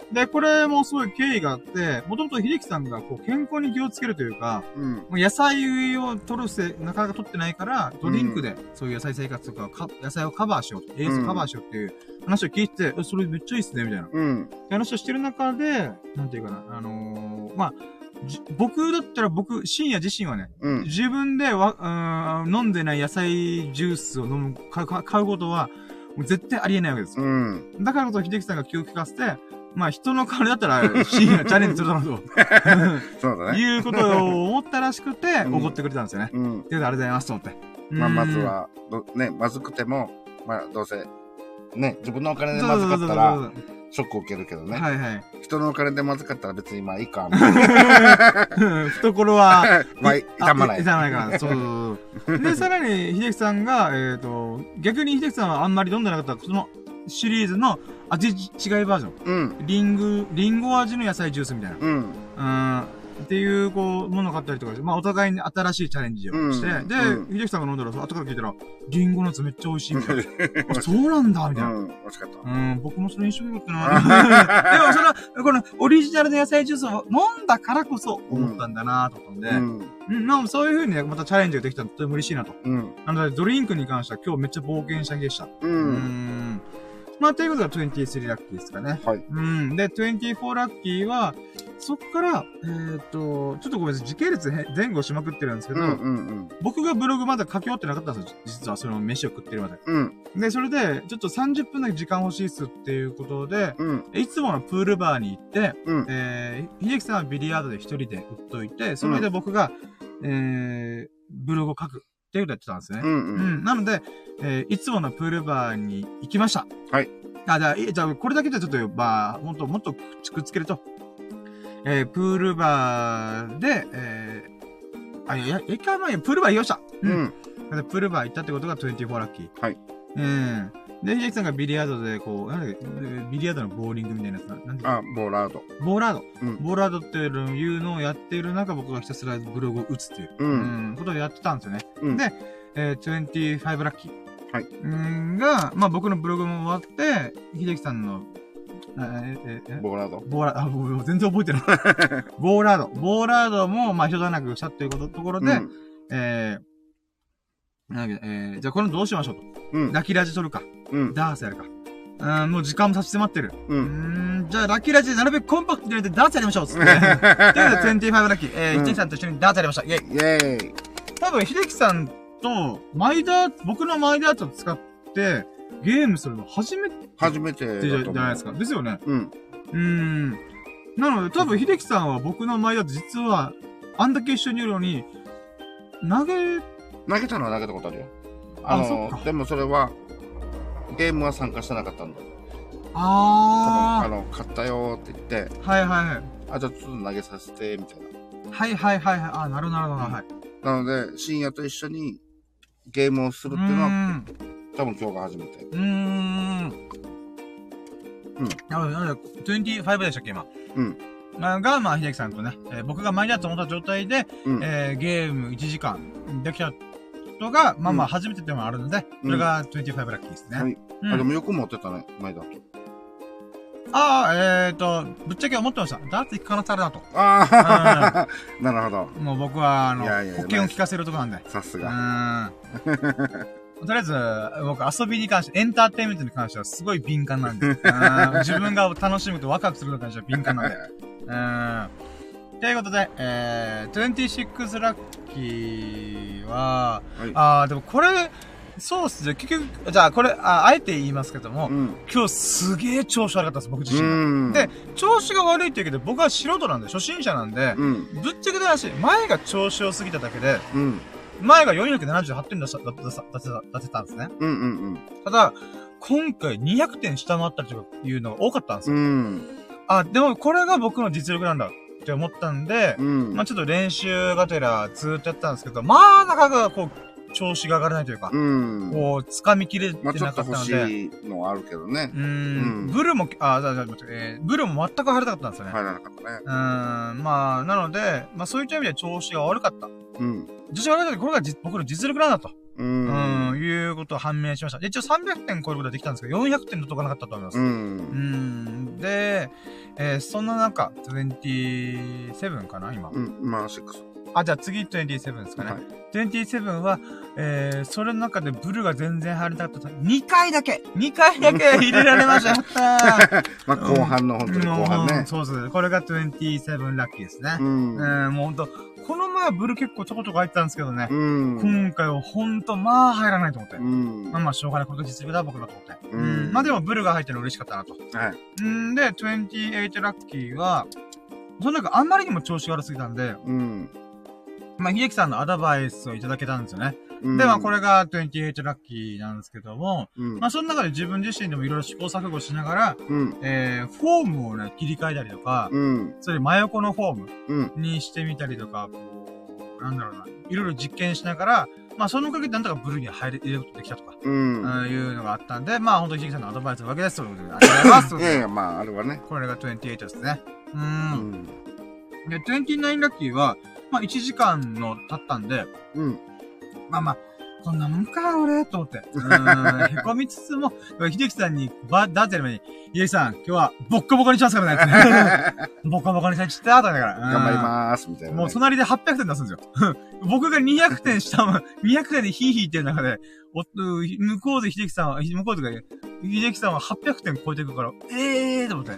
で、これもすごい経緯があって、もともと秀樹さんがこう健康に気をつけるというか、もう野菜を取るなかなか取ってないから、ドリンクでそういう野菜生活とか、野菜をカバーしようと、栄養素カバーしようっていう話を聞いて、それめっちゃいいっすね、みたいな。話をしてる中で、なんていうかな、まあ、僕だったら深夜自身はね、自分で飲んでない野菜ジュースを買うことは、もう絶対ありえないわけですよ。だからこそ、秀樹さんが気を利かせて、まあ人の代わりだったら、深夜チャレンジするだろうと。 そうだね。 いうことを思ったらしくて、怒ってくれたんですよね。っていうので、ありがとうございますと思って。 まあ、まずは、ね、まずくても、まあ、どうせ、ね、自分のお金でまずかったら、ショックを受けるけどね。はいはい。人のお金でまずかったら別にまあいいか。 懐は、 まあ、痛まない。 痛まないから。そう。で、さらに、秀樹さんが、逆に秀樹さんはあんまり飲んでなかった、そのシリーズの味違いバージョン。リンゴ味の野菜ジュースみたいな。っていう、こう、ものを買ったりとかして、まあ、お互いに新しいチャレンジをして、で、秀樹さんが飲んだら、後から聞いたら、リンゴのやつめっちゃ美味しいみたいな。そうなんだ、みたいな。 美味しかった。 僕もそれ印象良かったな。でも、この、オリジナルの野菜ジュースを飲んだからこそ、思ったんだなと思ったんで、まあ、そういう風にね、またチャレンジができたのとても嬉しいなと。なので、ドリンクに関しては今日めっちゃ冒険した日でした。まあ、ということが23ラッキーですかね。はい。で、24ラッキーは、そっから、ちょっとごめんなさい、時系列前後しまくってるんですけど、僕がブログまだ書き終わってなかったんですよ。実はその飯を食ってるまで。で、それで、ちょっと30分だけ時間欲しいっすっていうことで、いつものプールバーに行って、秀樹さんはビリヤードで一人で売っといて、それで僕が、ブログを書くっていうことやってたんですね。なので、いつものプールバーに行きました。はい。じゃあ、これだけじゃちょっと、まあ、もっとくっつけると、プールバーで、一回前にプールバー行きました。プールバー行ったってことが24ラッキー。はい。で、秀樹さんがビリヤードで、こう、ビリヤードのボーリングみたいなやつなんでボーラード。 ボーラード。ボーラードっていうのをやっている中、僕がひたすらブログを打つっていう、ことをやってたんですよね。で、25ラッキー。はい。が、まあ僕のブログも終わって、秀樹さんの、 ボーラード。 もう全然覚えてない。ボーラードも、まあ、一段落したっていうところで、じゃあこれどうしましょうと。ラッキーラジ撮るか。ダースやるか。もう時間も差し迫ってる。じゃあラッキーラジでなるべくコンパクトに入れてダーツやりましょうつって。ということで25ラッキー、秀樹さんと一緒にダーツやりました。イェイ。多分、秀樹さんと、僕のマイダーツを使って、ゲームするの初めてじゃないですか。ですよね。なので、多分、秀樹さんは僕の前だと実は、あんだけ一緒にいるのに、投げたのは投げたことあるよ。でもそれは、ゲームは参加してなかったんだ。買ったよって言って、じゃあちょっと投げさせて、みたいな。なるほど。はい。 なので、深夜と一緒にゲームをするっていうのは、多分今日が初めて。 25でしたっけ、今。が、まあ、秀樹さんとね、僕が前だと思った状態で、ゲーム1時間できたことが、まあ初めてでもあるので、それが25ラッキーですね。 でもよく持ってたね、前だと。 ぶっちゃけ思ってました。ダーツ行く可能性あるなと。 なるほど。 もう僕は、保険を聞かせるとこなんで。 さすが。 とりあえず、僕遊びに関して、エンターテインメントに関してはすごい敏感なんで。自分が楽しむとワクワクすることに関しては敏感なんで。ということで、26ラッキーは、でもこれ、そうっすね。結局、じゃあこれ、あえて言いますけども、今日すげえ調子悪かったです、僕自身が。で、調子が悪いって言うけど、僕は素人なんで、初心者なんで、ぶっちゃけた話、前が調子良すぎただけで、前が478点出せたんですね。ただ、今回200点下回ったりとかいうのが多かったんですよ。でもこれが僕の実力なんだって思ったんで、まあちょっと練習がてらずーっとやったんですけど、まあなかなかこう、調子が上がらないというか、こう、掴みきれてなかったので。 ちょっと欲しいのはあるけどね。 ブルも、ブルも全く入らなかったんですよね。 入らなかったね。 まあ、なので、まあそういった意味で調子が悪かった。調子が悪かったけど、これが僕の実力なんだと。いうことを判明しました。で、一応300点超えることはできたんですけど、400点のとかなかったと思います。 で、そんな中、27かな今。 まあ、6。 じゃあ次27ですかね。 はい、 27は、それの中でブルーが全然入れなかった。2回だけ入れられました。やったーまあ、後半の、本当に後半ね。 そうそう。これが27ラッキーですね。もうほんと、この前はブルー結構ちょこちょこ入ったんですけどね。今回はほんと、まあ入らないと思って。まあしょうがない。この実力だ僕だと思って。まあでもブルーが入ってるの嬉しかったなと。 はい。 で、28ラッキーは、その中あんまりにも調子悪すぎたんで、まあ、秀樹さんのアドバイスをいただけたんですよね。で、まあ、これが28ラッキーなんですけども、まあ、その中で自分自身でもいろいろ試行錯誤しながら、フォームをね、切り替えたりとか、それ真横のフォームにしてみたりとか、なんだろうな、いろいろ実験しながら、まあ、そのおかげでなんとかブルーに入れることできたとか、いうのがあったんで、まあ、本当に秀樹さんのアドバイスのわけです。ということで、ありがとうございます。 いやいや、まあ、あれはね。 これが28ですね。で、29ラッキーは、まあ、1時間の経ったんで、まあまあ、こんなもんか、俺、と思って。へこみつつも、秀樹さんに、ダーツやる前に、秀樹さん、今日は、ボッコボコにしますからね、ボッコボコにされちったーとだから。 頑張りまーす、みたいな、ね。 もう隣で800点出すんですよ。僕が200点下も、200点でヒーヒーってる中で、向こうで秀樹さんは、向こうとか、秀樹さんは800点超えていくから、と思って。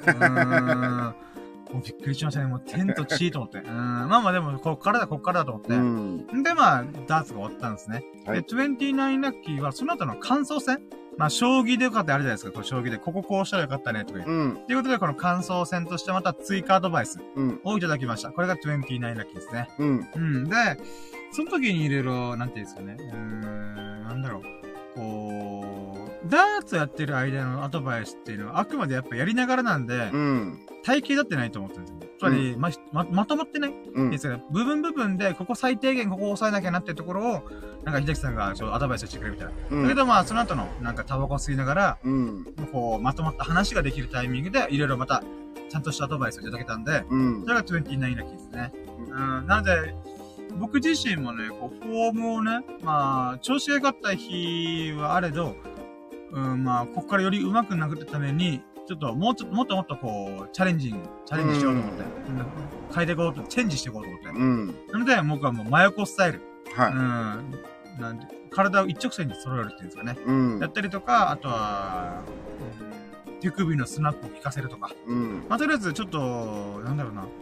もうびっくりしましたね。もう天と地と思って。まあまあでも、こっからだと思って。で、まあ、ダーツが終わったんですね。はい、で、29ラッキーは、その後の感想戦まあ、将棋でよかったあるじゃないですか。こう将棋で、こうしたらよかったね、とかいう。ということで、この感想戦としてまた追加アドバイスをいただきました。これが29ラッキーですね。で、その時にいろいろ、なんていうんですかね。なんだろう。こう、ダーツやってる間のアドバイスっていうのは、あくまでやっぱやりながらなんで、体系だってないと思ってるんですよね。つまり、まとまってないですよね。部分で、ここ最低限ここを抑えなきゃなっていうところを、なんか秀樹さんがアドバイスしてくれるみたいな。だけどまあ、その後の、なんかタバコ吸いながら、こう、まとまった話ができるタイミングで、いろいろまた、ちゃんとしたアドバイスをいただけたんで、それが29ラッキーですね。なので、僕自身もね、こう、フォームをね、まあ、調子が良かった日はあれど、まあ、ここからより上手くなるために、ちょっと、もっとこう、チャレンジしようと思って、変えていこうと、チェンジしていこうと思って。なので、僕はもう真横スタイル。なんで、体を一直線に揃えるっていうんですかね。やったりとか、あとは、手首のスナップを効かせるとか。まあ、とりあえず、ちょっと、なんだろうな。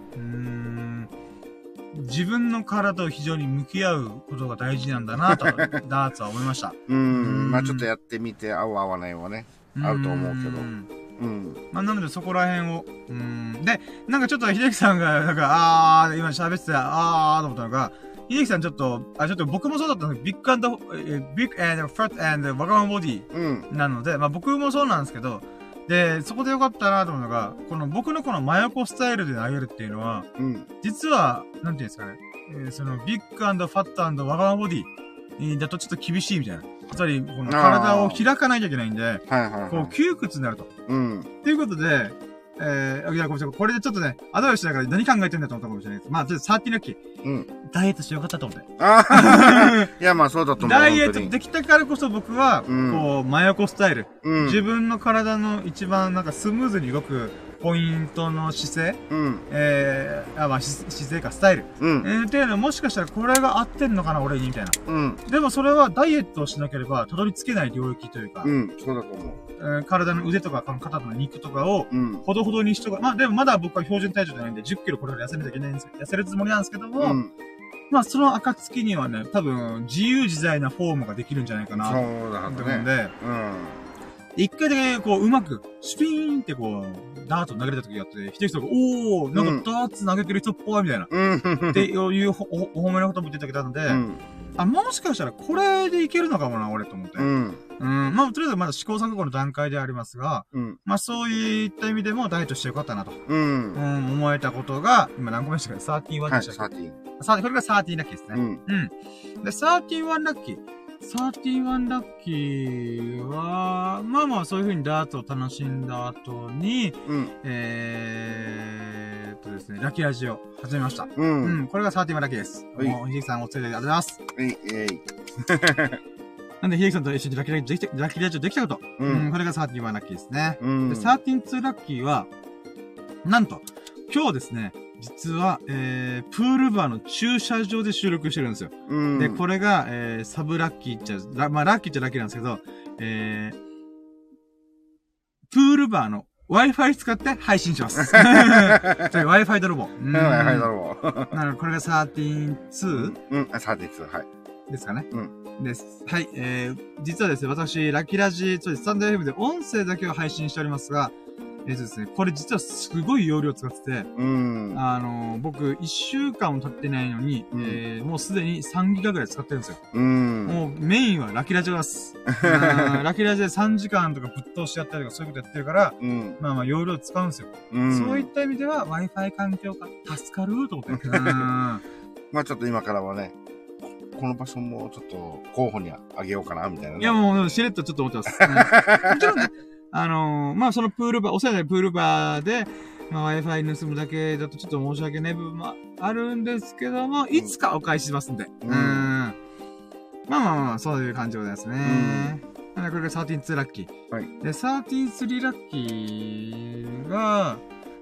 自分の体を非常に向き合うことが大事なんだなと、ダーツは思いました。 まあちょっとやってみて、合う合わないはね、あると思うけど。 まあなのでそこら辺を、で、なんかちょっと秀樹さんが、なんか、今喋ってた、と思ったのが、秀樹さんちょっと僕もそうだったのビッグ&ファット&ワガマボディなので、まあ僕もそうなんですけど、で、そこでよかったなと思うのが、僕のこの真横スタイルで投げるっていうのは、実は、なんていうんですかね、そのビッグ&ファット&ワガマボディだとちょっと厳しいみたいな。つまり、この体を開かなきゃいけないんで、こう、窮屈になると。ということで、いや、ごめんなさい。これでちょっとね、アドバイスしながら何考えてんだと思ったかもしれないです。まあ、ちょっと30ラッキー。ダイエットしてよかったと思って。 いや、まあそうだと思う。 ダイエットできたからこそ僕は、こう、真横スタイル。自分の体の一番なんかスムーズに動くポイントの姿勢。まあ、姿勢か、スタイル。っていうのもしかしたらこれが合ってんのかな、俺に、みたいな。でもそれはダイエットをしなければたどり着けない領域というか。 そうだと思う。 体の腕とか、肩の肉とかを、ほどほどにしとか、まあでもまだ僕は標準体重じゃないんで、10キロこれから痩せなきゃいけないんですけど、痩せるつもりなんですけども、まあその暁にはね、多分、自由自在なフォームができるんじゃないかな、と思うんで、一回だけ、こう、うまく、シュピーンってこう、ダーツを投げれた時があって、秀樹さんが、なんかダーツ投げてる人っぽい、みたいな。っていうお褒めのことも言ってたけど、もしかしたらこれでいけるのかもな、俺と思って。まあ、とりあえずまだ試行錯誤の段階でありますが、まあ、そういった意味でもダイエットしてよかったなと。思えたことが、今何個目でしたか ?31 でしたっけ？これが13ラッキーですね。で、31ラッキー。31ラッキーは、まあまあそういう風にダーツを楽しんだ後に、ですね、ラッキーラジオ始めました。これが31ラッキーです。もう、秀樹さんお連れでありがとうございます。なんで、秀樹さんと一緒にラッキーラジオできたこと。これが31ラッキーですね。で、13ラッキーは、 なんと、今日ですね、実は、プールバーの駐車場で収録してるんですよ。で、これが、サブラッキーっちゃ、まあ、ラッキーっちゃラッキーなんですけど、プールバーの Wi-Fi 使って配信します。Wi-Fi 泥棒。 Wi-Fi 泥棒。なので、これが 13-2? 13、はい。 ですかね。です。はい。実はですね、私、ラッキーラジ、そうです、スタンド FM で音声だけを配信しておりますが、ですね、これ実はすごい容量使ってて、僕、1週間も経ってないのに、もうすでに3ギガぐらい使ってるんですよ。もうメインはラッキーラジオです。ラッキーラジオで3時間とかぶっ通しやったりとかそういうことやってるから、まあまあ容量使うんですよ。そういった意味では Wi-Fi 環境が助かると思って。 まあちょっと今からはね、この場所もちょっと候補にあげようかな、みたいな、ね。 いやもうしれっとちょっと思ってます。もちろんね、まあそのプールバー、お世話になるプールバーで、まあ Wi-Fi 盗むだけだとちょっと申し訳ない部分もあるんですけども、いつかお返ししますんで。まあまあ、そういう感じでございますね。これが13-2ラッキー。はい。で、13-3ラッキーが、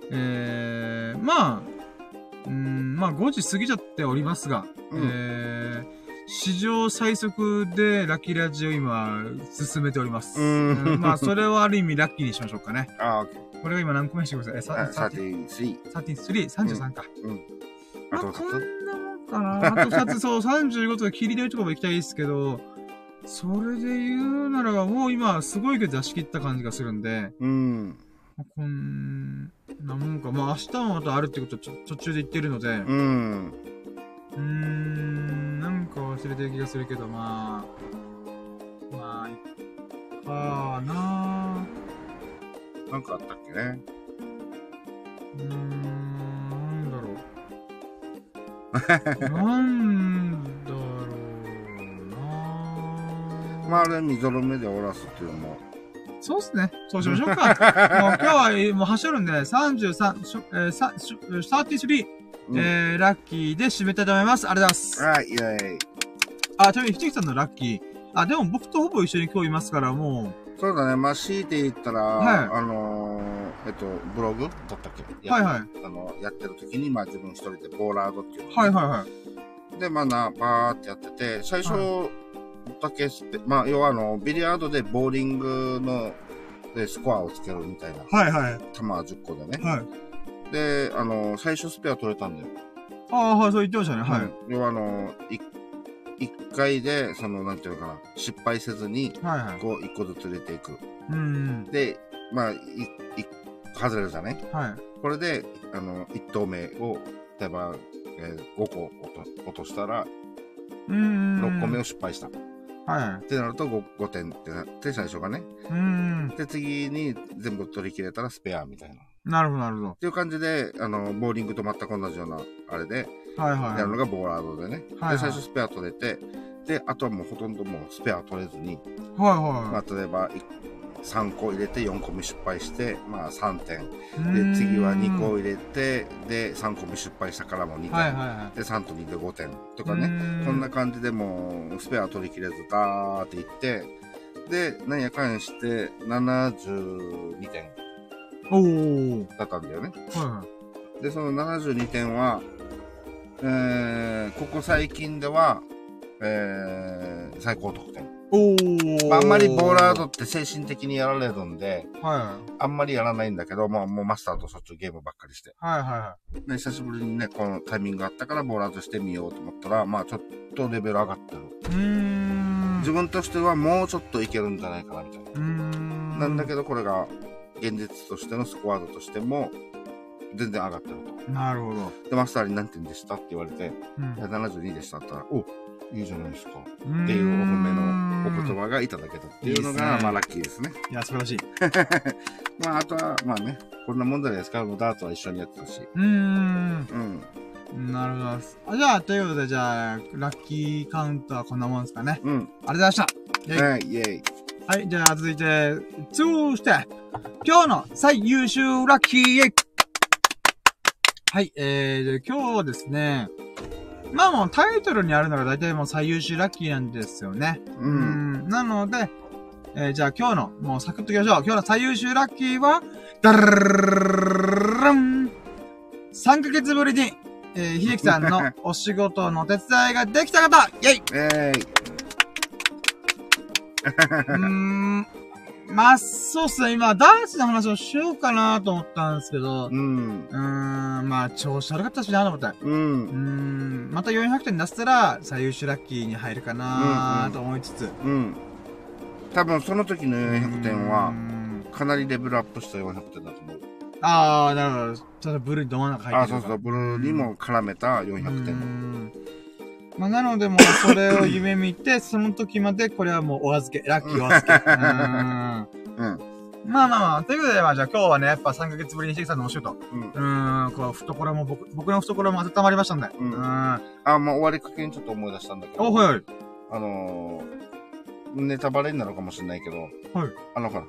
まあ5時過ぎちゃっておりますが、史上最速でラッキーラジオ今進めております。まあそれをある意味ラッキーにしましょうかね。これが今何個目してください。13。33か。まあこんなもんかな。あと2つ、そう、35とか切り抜いとかも行きたいですけど、それで言うならばもう今すごいけど出し切った感じがするんで、こんなもんか。まあ明日もまたあるってことは途中で言ってるので、なんか忘れてる気がするけど、まあ、いっかなぁ。なんかあったっけね。 なんだろう。なんだろうなぁ。 まあ、あれ、みぞれ目で終わらすっていうのも。 そうっすね。そうしましょうか。もう今日はもう走るんで、33、ラッキーで締めたいと思います。ありがとうございます。 はい、イェーイ。 ちなみに、ひときさんのラッキー。でも僕とほぼ一緒に今日いますから、もう。そうだね。まあ、強いて言ったら、ブログだったっけ？ はいはい。 やってる時に、まあ自分一人でボーラードっていうの。 はいはいはい。 で、まあバーってやってて、最初だけまあ、要はビリヤードでボーリングの、スコアをつけるみたいな。 はいはい。 球10個でね。 はい。 で、最初スペア取れたんだよ。 はい、そう言ってましたね。はい。 要は一回で、なんていうのかな、失敗せずに、こう、一個ずつ入れていく。で、まあ、外れるじゃね。はい。これで、一投目を、例えば、5個落としたら、6個目を失敗した。はい。ってなると5点ってなって、最初がね。で、次に全部取り切れたらスペアみたいな。 なるほど、なるほど。 っていう感じで、ボーリングと全く同じような、あれで、やるのがボーラードでね。で、最初スペア取れて、で、あとはもうほとんどもうスペア取れずに、まあ、例えば、3個入れて4個目失敗して、まあ3点。で、次は2個入れて、で、3個目失敗したからもう2点。で、3と2で5点。とかね。こんな感じでもう、スペア取り切れず、ガーっていって、で、なんやかんして、72点。だったんだよね。で、その72点は、ここ最近では、最高得点。あんまりボーラードって精神的にやられるんで、あんまりやらないんだけど、もうマスターとしょっちゅうゲームばっかりして。で、久しぶりにね、このタイミングがあったからボーラードしてみようと思ったら、まあちょっとレベル上がってる。自分としてはもうちょっといけるんじゃないかなみたいな。なんだけど、これが現実としてのスコアドとしても、全然上がってると。 なるほど。 で、マスターに何点でしたって言われて、72でしたって言ったら、お、いいじゃないですか。っていうお褒めのお言葉がいただけたっていうのが、まあラッキーですね。 いや、素晴らしい。 まあ、あとは、まあね、こんなもんじゃないですか。ダーツは一緒にやってたし。 なるほど。じゃあ、ということで、じゃあ、ラッキーカウントはこんなもんですかね。ありがとうございました。 イェイ。 はい、じゃあ、続いて、そして、今日の最優秀ラッキー。はい、今日ですね、まあもうタイトルにあるのが大体もう最優秀ラッキーなんですよね。なので、じゃあ今日の、もうサクッといきましょう。今日の最優秀ラッキーは、ダルルルルルルン 3ヶ月ぶりに、秀樹さんのお仕事の手伝いができた方イェイまあ、そうっすね。今、ダーツの話をしようかなと思ったんですけど、まあ、調子悪かったしなと思って。また400点出したら、最優秀ラッキーに入るかなと思いつつ。 多分、その時の400点は、かなりレベルアップした400点だと思う。 ああ、なるほど。ちょっとブルーにど真ん中入ってる。 そうそう、ブルーにも絡めた400点。 まあ、なのでもう、それを夢見て、その時まで、これはもうお預け。ラッキーお預け。まあまあ、ということで、まあじゃあ今日はね、やっぱ3ヶ月ぶりに秀樹さんのお仕事。こう、懐も僕の懐も温まりましたんで。 まあ終わりかけにちょっと思い出したんだけど。 はい。 ネタバレになるかもしれないけど。ほら、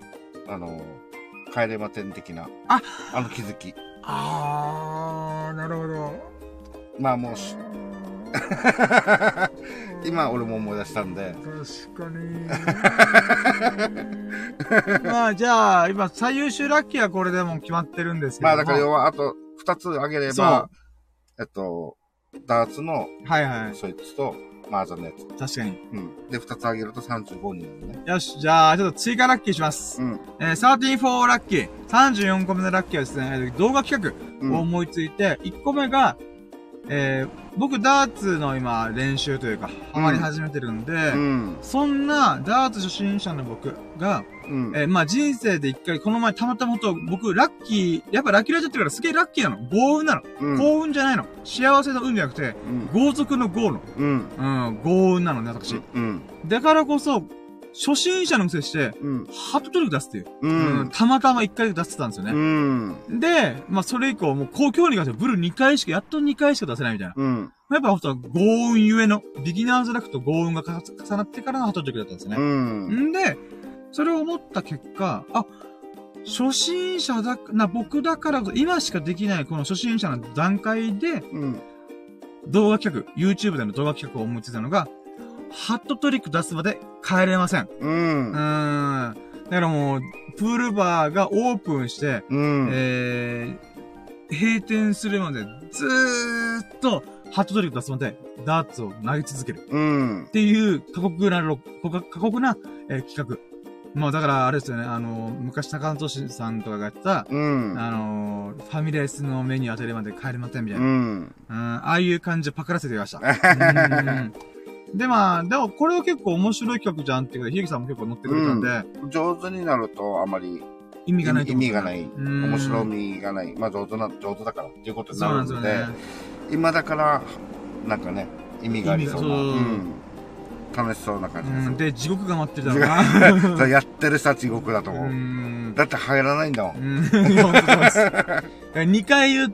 帰れま10的な。気づき。 なるほど。 まあもう、今俺も思い出したんで。 確かに。まあじゃあ、今最優秀ラッキーはこれでも決まってるんですけど。 まあだから要はあと2つあげれば、ダーツの、そいつと、麻雀のやつ。 確かに。 で、2つあげると35になるね。 よし、じゃあ、ちょっと追加ラッキーします。34ラッキー。34個目のラッキーはですね、動画企画を思いついて、1個目が、僕、ダーツの今、練習というか、ハマり始めてるんで、そんな、ダーツ初心者の僕が、まあ、人生で一回、この前たまたま僕、ラッキー、やっぱラッキーラジオってからすげえラッキーなの。幸運なの。幸運じゃないの。幸せの運じゃなくて、豪族の豪の。幸運なのね、私。だからこそ、初心者のくせして、ハートトリック出すっていう。たまたま1回出してたんですよね。で、まあそれ以降、もう今日に関してはブル2やっと2回しか出せないみたいな。やっぱほんと幸運ゆえの、ビギナーズラックと幸運が重なってからのハートトリックだったんですよね。で、それを思った結果、初心者僕だからこそ、今しかできないこの初心者の段階で、動画企画、YouTube での動画企画を思いついたのが、ハットトリック出すまで帰れません。だからもう、プールバーがオープンして、閉店するまでずーっとハットトリック出すまでダーツを投げ続ける。っていう過酷な、企画。まあだからあれですよね、昔高野俊さんとかがやった、ファミレスのメニュー当てるまで帰れませんみたいな。ああいう感じでパクらせてみました。でもこれは結構面白い曲じゃんっていうことで、ひげさんも結構乗ってくれたんで。 上手になるとあまり意味がないと思う。 意味がない。面白みがない。まあ上手だからっていうことになるので、今だから、なんかね、意味がありそうな。楽しそうな感じです。 で、地獄が待ってるだろうな。 やってる人は地獄だと思う。だって入らないんだもん。 2回言って、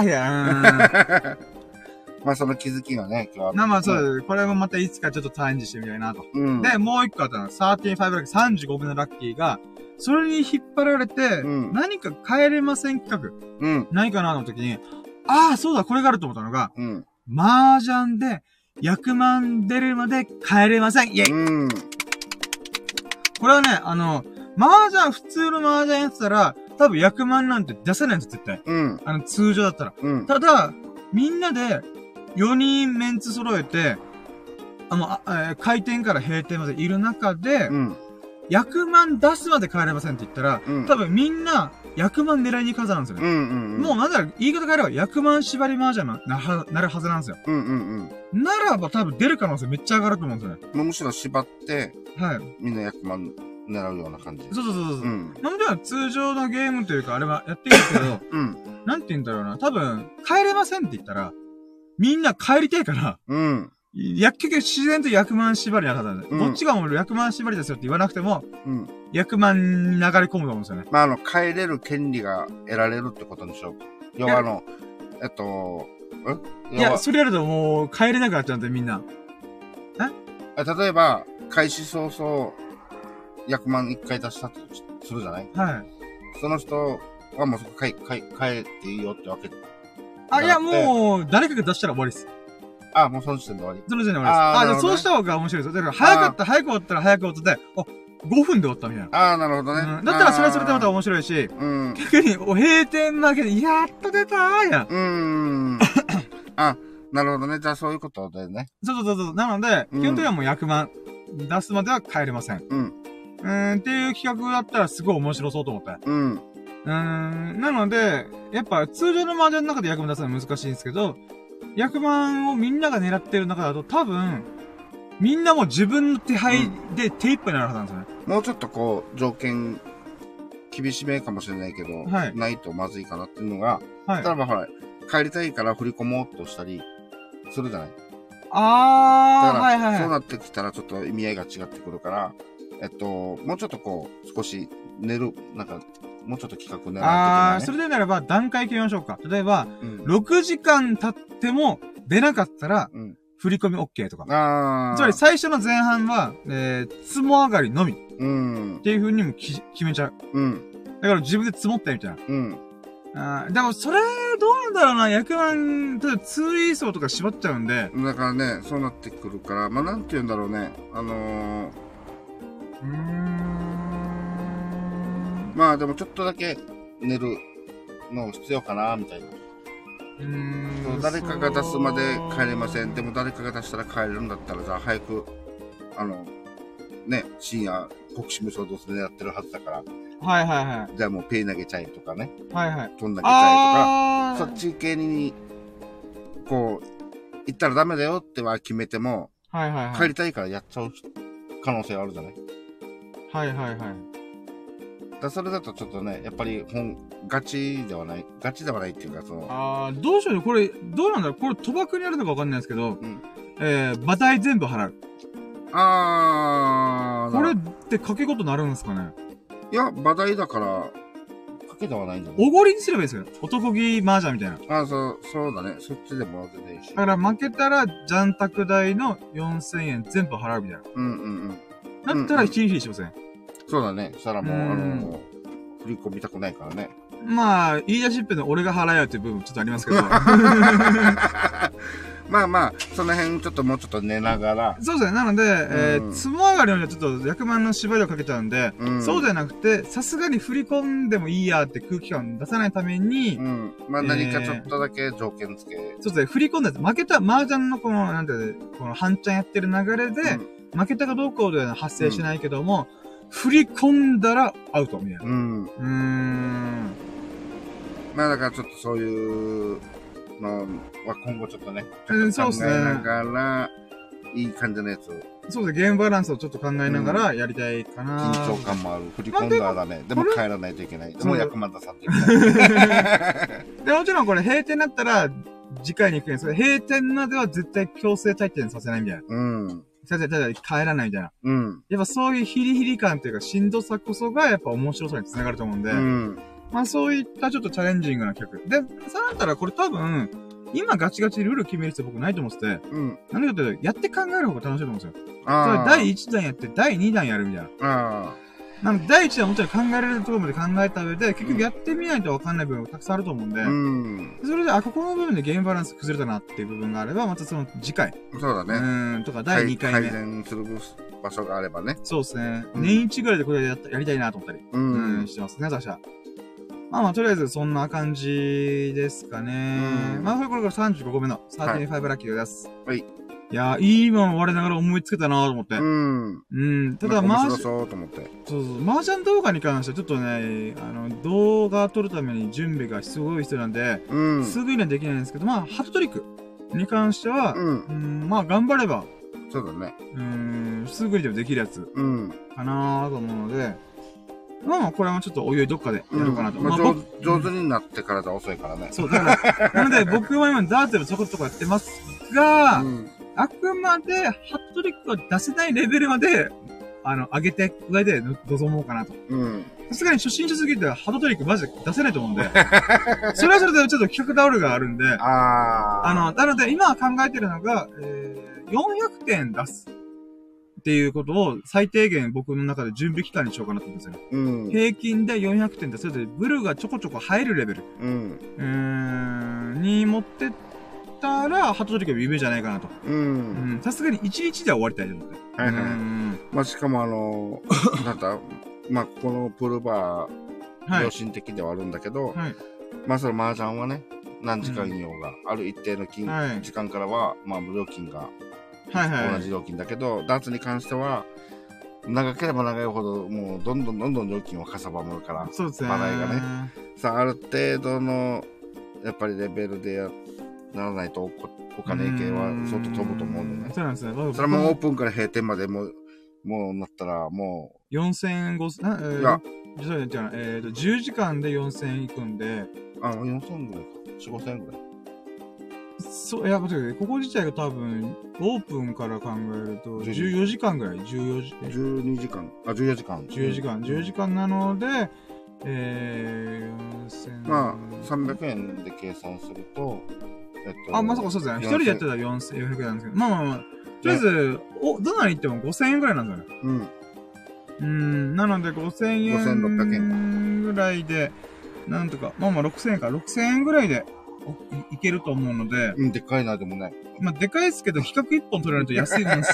まあその気づきがね、 今日は。まあそうです。これもまたいつかちょっとチャレンジしてみたいなと。で、もう一個あったの。35ラッキー、35分のラッキーが、それに引っ張られて、何か帰れません企画。何かなの時に、そうだ、これがあると思ったのが、麻雀で、100万出るまで帰れません。イェイこれはね、普通の麻雀やってたら、多分100万なんて出せないんです、絶対。通常だったら。ただ、みんなで、4人メンツ揃えて、開店から閉店までいる中で、100万出すまで帰れませんって言ったら、多分みんな、100万狙いに行くはずなんですよね。もうなんだろ、言い方変えれば100万縛り麻雀なるはずなんですよ。ならば多分出る可能性めっちゃ上がると思うんですよね。 むしろ縛って、みんな100万狙うような感じ。 そう。なんで通常のゲームというか、あれはやってるんですけど、なんて言うんだろうな。多分、帰れませんって言ったら、みんな帰りたいから、薬局自然と100万縛りなはずなんで、こっちがもう100万縛りですよって言わなくても、100万に流れ込むと思うんですよね。 まあ、帰れる権利が得られるってことにしよう。要はいや、それやるともう帰れなくなっちゃうんで、みんな。 例えば、開始早々、100万1回出したとするじゃない？その人はもうそこ帰っていいよってわけ。 いや、もう、誰かが出したら終わりです。 もうその時点で終わり？ その時点で終わりです。じゃあそうした方が面白いですよ。だから、早く終わったら早く終わって、 5分で終わったみたいな。 ああ、なるほどね。 だったらそれはそれでまた面白いし、逆に、閉店負けで、やっと出たーや。 あ、なるほどね。じゃあそういうことでね。 そう。なので、基本的にはもう100万出すまでは帰れません。っていう企画だったらすごい面白そうと思った。なので、やっぱ通常の麻雀の中で100万出すのは難しいんですけど、100万をみんなが狙ってる中だと多分、みんなも自分の手配で手一杯になるはずなんですよね。 もうちょっとこう、条件、厳しめかもしれないけど、ないとまずいかなっていうのが、例えばほら、帰りたいから振り込もうとしたり、するじゃない。だからそうなってきたらちょっと意味合いが違ってくるから、もうちょっとこう、少し寝る、なんか、もうちょっと企画狙っていけない、ね。 それでならば段階決めましょうか。例えば、6時間経っても出なかったら、振り込み OK とか。つまり最初の前半は、積も上がりのみ。っていう風にも決めちゃう。だから自分で積もったみたいな。でもそれ、どうなんだろうな、100万、例えば2位層とか縛っちゃうんで。 だからね、そうなってくるから、まあ、なんて言うんだろうね。まあでもちょっとだけ寝るの必要かな、みたいな。誰かが出すまで帰れません。でも誰かが出したら帰れるんだったら、じゃあ早く、ね、深夜、国士無双どうせ狙ってるはずだから。じゃあもうペイ投げちゃえとかね。飛ん投げちゃえとか、そっち系に、こう、行ったらダメだよっては決めても、帰りたいからやっちゃう可能性あるじゃない。それだとちょっとね、やっぱりガチではないっていうか、その。 どうしようね。これ、どうなんだろう。これ賭博にあるのかわかんないですけど、馬代全部払う。これって賭け事なるんですかね。 いや、馬代だから、賭けではないんじゃない？ おごりにすればいいですよ。男気麻雀みたいな。 そうだね。そっちでも全然いいし。 だから負けたら、ジャンタク代の4000円全部払うみたいな。だったら1日にしません。 そうだね。そしたらもう、振り込みたくないからね。 まあ、言い出しっぺの俺が払えよっていう部分ちょっとありますけど。 まあまあ、その辺ちょっともうちょっと寝ながら。 そうですね。なので、積も上がりにはちょっと100万の縛りをかけちゃうんで、そうじゃなくて、さすがに振り込んでもいいやって空気感出さないために、 まあ何かちょっとだけ条件付け。 そうですね。振り込んだやつ、負けた麻雀のこの、なんていうの、この半ちゃんやってる流れで、負けたかどうかでは発生しないけども、振り込んだらアウトみたいな。 まあだからちょっとそういうのは今後ちょっとね、考えながら、いい感じのやつを。 そうですね、ゲームバランスをちょっと考えながらやりたいかな。 緊張感もある。振り込んだらダメ。でも帰らないといけない。でも100万出さんといけない。 で、もちろんこれ閉店だったら、次回に行くんですけど、閉店までは絶対強制退店させないみたいな。ただ帰らないみたいな。やっぱそういうヒリヒリ感というかしんどさこそがやっぱ面白さにつながると思うんで、まあそういったちょっとチャレンジングな企画。で、そうなったらこれ多分、今ガチガチルール決める必要僕ないと思ってて、なんでかっていうと、やって考える方が楽しいと思うんですよ。第1弾やって第2弾やるみたいな。なので、第1弾もちろん考えられるところまで考えた上で、結局やってみないとわかんない部分がたくさんあると思うんで、それで、ここの部分でゲームバランス崩れたなっていう部分があれば、またその次回。 そうだね。 とか第2回目。 改善する場所があればね。 そうですね。年一ぐらいでこれやりたいなと思ったり、してますね、私は。まあとりあえずそんな感じですかね。まあこれから35個目の35ラッキーです。いや、いいもん我ながら思いつけたなと思って。ただ、 面白そうと思って。 麻雀動画に関してはちょっとね、動画撮るために準備がすごい必要なんで、すぐにはできないんですけど、まあ、ハートトリックに関しては、まあ、頑張れば、 そうだね。 すぐにでもできるやつ、かなと思うので、まあ、これはちょっとおいおいどっかでやろうかなと。 上手になってからじゃ遅いからね。 そう、だから、なので僕は今ダーツでちょこちょこやってますが、あくまで、ハットトリックを出せないレベルまで、上げて、上で臨もうかなと。さすがに初心者すぎて、ハットトリックマジで出せないと思うんで、それはそれでちょっと企画ダウルがあるんで、なので、今考えてるのが、400点出す。っていうことを最低限僕の中で準備期間にしようかなと思うんですよね。平均で400点出す。それでブルがちょこちょこ入るレベル。に持ってったら、ハットトリックは夢じゃないかなと。さすがに1日では終わりたいと思って。 まあ、しかもなんだ、まあ、このプールバー、良心的ではあるんだけど、はい、まあ、その麻雀はね、何時間いようが、ある一定の時間からは、まあ、料金が、同じ料金だけど、ダーツに関しては、長ければ長いほど、もう、どんどん料金をかさばむから、 そうですね。 払いがね。さあ、ある程度の、やっぱりレベルでならないと、お金系は相当飛ぶと思うんでね。 そうなんですね。 それもオープンから閉店までもうなったら、もう。4000円、5000、いや、実は違うな、10時間で4000円いくんで。 4000円ぐらいか。4、5000円ぐらい。 そう、いや、待ってください。ここ自体が多分、オープンから考えると、14時間ぐらい。12 時間。14時間。 14時間なので、 4000まあ、300円で計算すると、 まさかそうですね。一人でやってたら4400円なんですけど、まあ。とりあえず、どなに行っても5000円ぐらいなんですよね。なので5000円。5600円ぐらいで、なんとか、まあ6000円か。6000円ぐらいで、いけると思うので。 でかいな、でもね。 まあ、でかいですけど、比較1本取れると安いもんです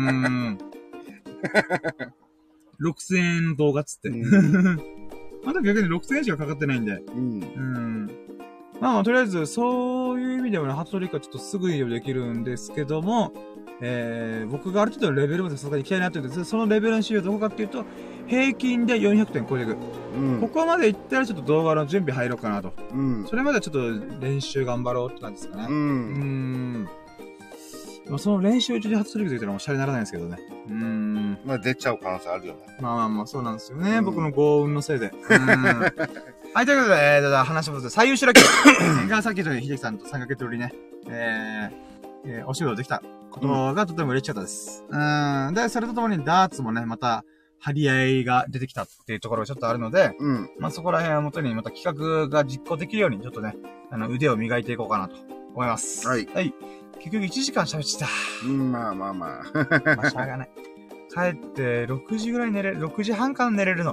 。6000円の動画っつって。まだ逆に6000円しかかかってないんで。まあ、とりあえず、そういう意味ではね、初取りかちょっとすぐにできるんですけども、僕がある程度のレベルまでさすがに行きたいなって言って、そのレベルの仕様どこかっていうと、平均で400点超えていく。ここまで行ったらちょっと動画の準備入ろうかなと。それまでちょっと練習頑張ろうって感じですかね。まあ、その練習中に初取りと言ったらもうシャレにならないんですけどね。 まあ出ちゃう可能性あるよね。 まあ、そうなんですよね。僕の幸運のせいで。はい、ということで、話を戻って、最優秀ラッキー。がさっきと秀樹さんと3ヶ月ぶりね、お仕事できたことがとても嬉しかったです。で、それとともにダーツもね、また、張り合いが出てきたっていうところがちょっとあるので、まあそこら辺をもとにまた企画が実行できるように、ちょっとね、腕を磨いていこうかなと思います。はい。はい。結局1時間喋ってた。 まあ。 まあ、しゃあがない。帰って6時ぐらい寝れる、6時半間寝れるの。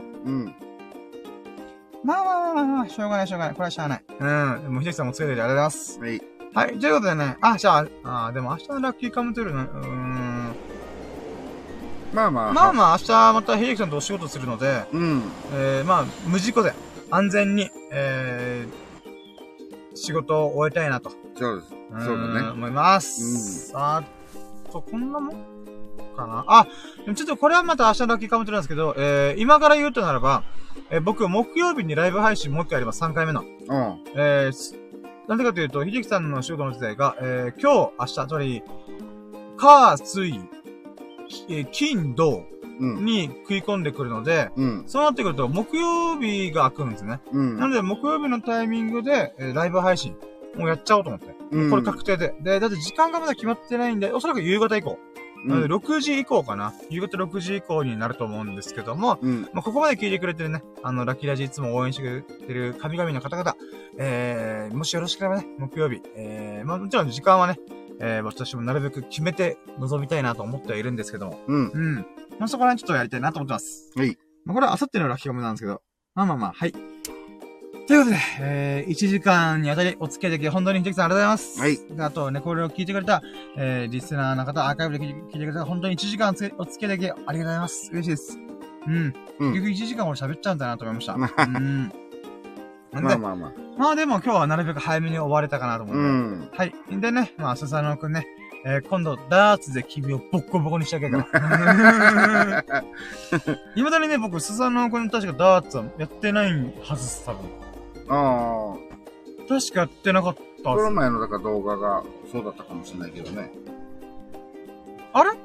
まあ、しょうがない。これはしゃあない。でも、秀樹さんもつけててありがとうございます。はい。はい、ということでね、でも明日のラッキーカムトゥールの、まあ、明日また秀樹さんとお仕事するので、まあ、無事故で、安全に、仕事を終えたいなと。 そうです。そうだね。 思います。こんなもんかな。でもちょっとこれはまた明日のラッキーカムトゥールなんですけど、今から言うとならば、僕、木曜日にライブ配信もう一回やります。3回目の。なんでかというと、秀樹さんの仕事の時代が、今日、明日、つまり、火、水、金、土に食い込んでくるので、そうなってくると、木曜日が開くんですね。なので、木曜日のタイミングで、ライブ配信、もうやっちゃおうと思って。これ確定で。で、だって時間がまだ決まってないんで、おそらく夕方以降。6時以降かな。夕方6時以降になると思うんですけども、まあ、ここまで聞いてくれてるね、ラッキーラジいつも応援してくれてる神々の方々、もしよろしければね、木曜日、まあ、もちろん時間はね、私もなるべく決めて臨みたいなと思ってはいるんですけども、まあ、そこら辺ちょっとやりたいなと思ってます。はい。まあ、これは明後日のラッキーカムなんですけど、まあ、はい。ということで、1時間にあたりお付き合いでき、本当に秀樹さんありがとうございます。はい。あとね、これを聞いてくれた、リスナーの方、アーカイブで聞いてくれた、本当に1時間お付き合いでき、ありがとうございます。嬉しいです。結局1時間俺喋っちゃうんだなと思いました。まあでも今日はなるべく早めに終われたかなと思うんで。はい。でね、まあ、スサノオくんね、今度、ダーツで君をボッコボコにしてあげるから。未だにね、僕、スサノオくん確かダーツはやってないはずです、多分。確かやってなかったっす。 この前のだから動画がそうだったかもしれないけどね。 あれ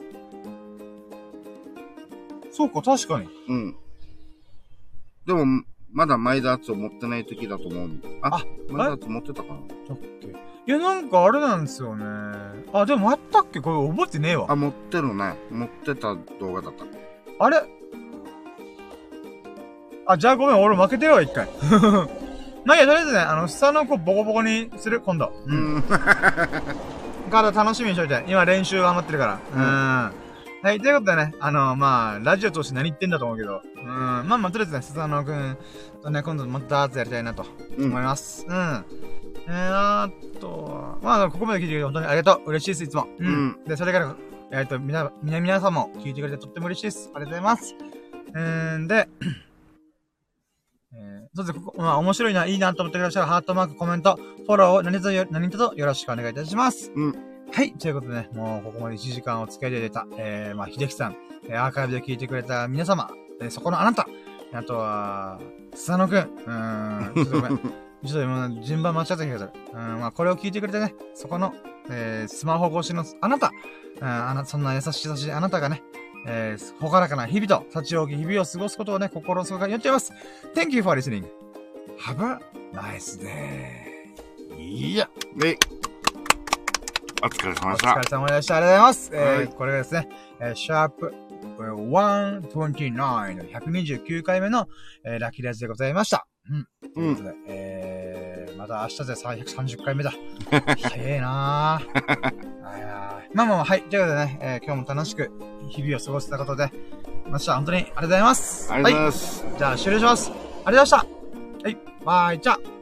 そうか、確かに。 でも、まだマイダーツを持ってない時だと思う。マイダーツ持ってたかなだっけ？いや、なんかあれなんですよね。でもあったっけ？これ覚えてねえわ。 持ってるね。持ってた動画だった。 あれじゃあごめん、俺負けてるわ、一回。まあいいや、とりあえずね、下の子ボコボコにする、今度。から楽しみにしといて。今練習頑張ってるから。はい、ということでね、まあ、ラジオ通して何言ってんだと思うけど、まあ、とりあえずね、スサノオくんとね、今度またダーツやりたいなと思います。あとは、まあ、ここまで聞いてくれて本当にありがとう。嬉しいです、いつも。で、それから、 皆さんも聞いてくれてとっても嬉しいです。ありがとうございます。で、そうですね、まあ、面白いな、いいなと思ってくださるハートマーク、コメント、フォローを何卒よろしくお願いいたします。はい、ということでね、もうここまで1時間お付き合いで出た、まあ、秀樹さん、アーカイブで聞いてくれた皆様、そこのあなた、あとは、スサノくん、ちょっとごめん。ちょっと今、順番間違った気がする。まあ、これを聞いてくれてね、そこの、スマホ越しのあなた、そんな優しいあなたがね、ほがらかな日々と、立ち置き日々を過ごすことをね、心の底からやっています。Thank you for listening. Have a nice day. いや。 お疲れ様でした。 お疲れ様でした。ありがとうございます。これがですね、シャープ129の129回目の、ラッキーラジでございました。ということで、また明日で130回目だ。早いなぁ。まあ、はい。ということでね、今日も楽しく日々を過ごせたことで、また本当にありがとうございます。 ありがとうございます。 はい。じゃあ終了します。ありがとうございました。はい。バイチャ。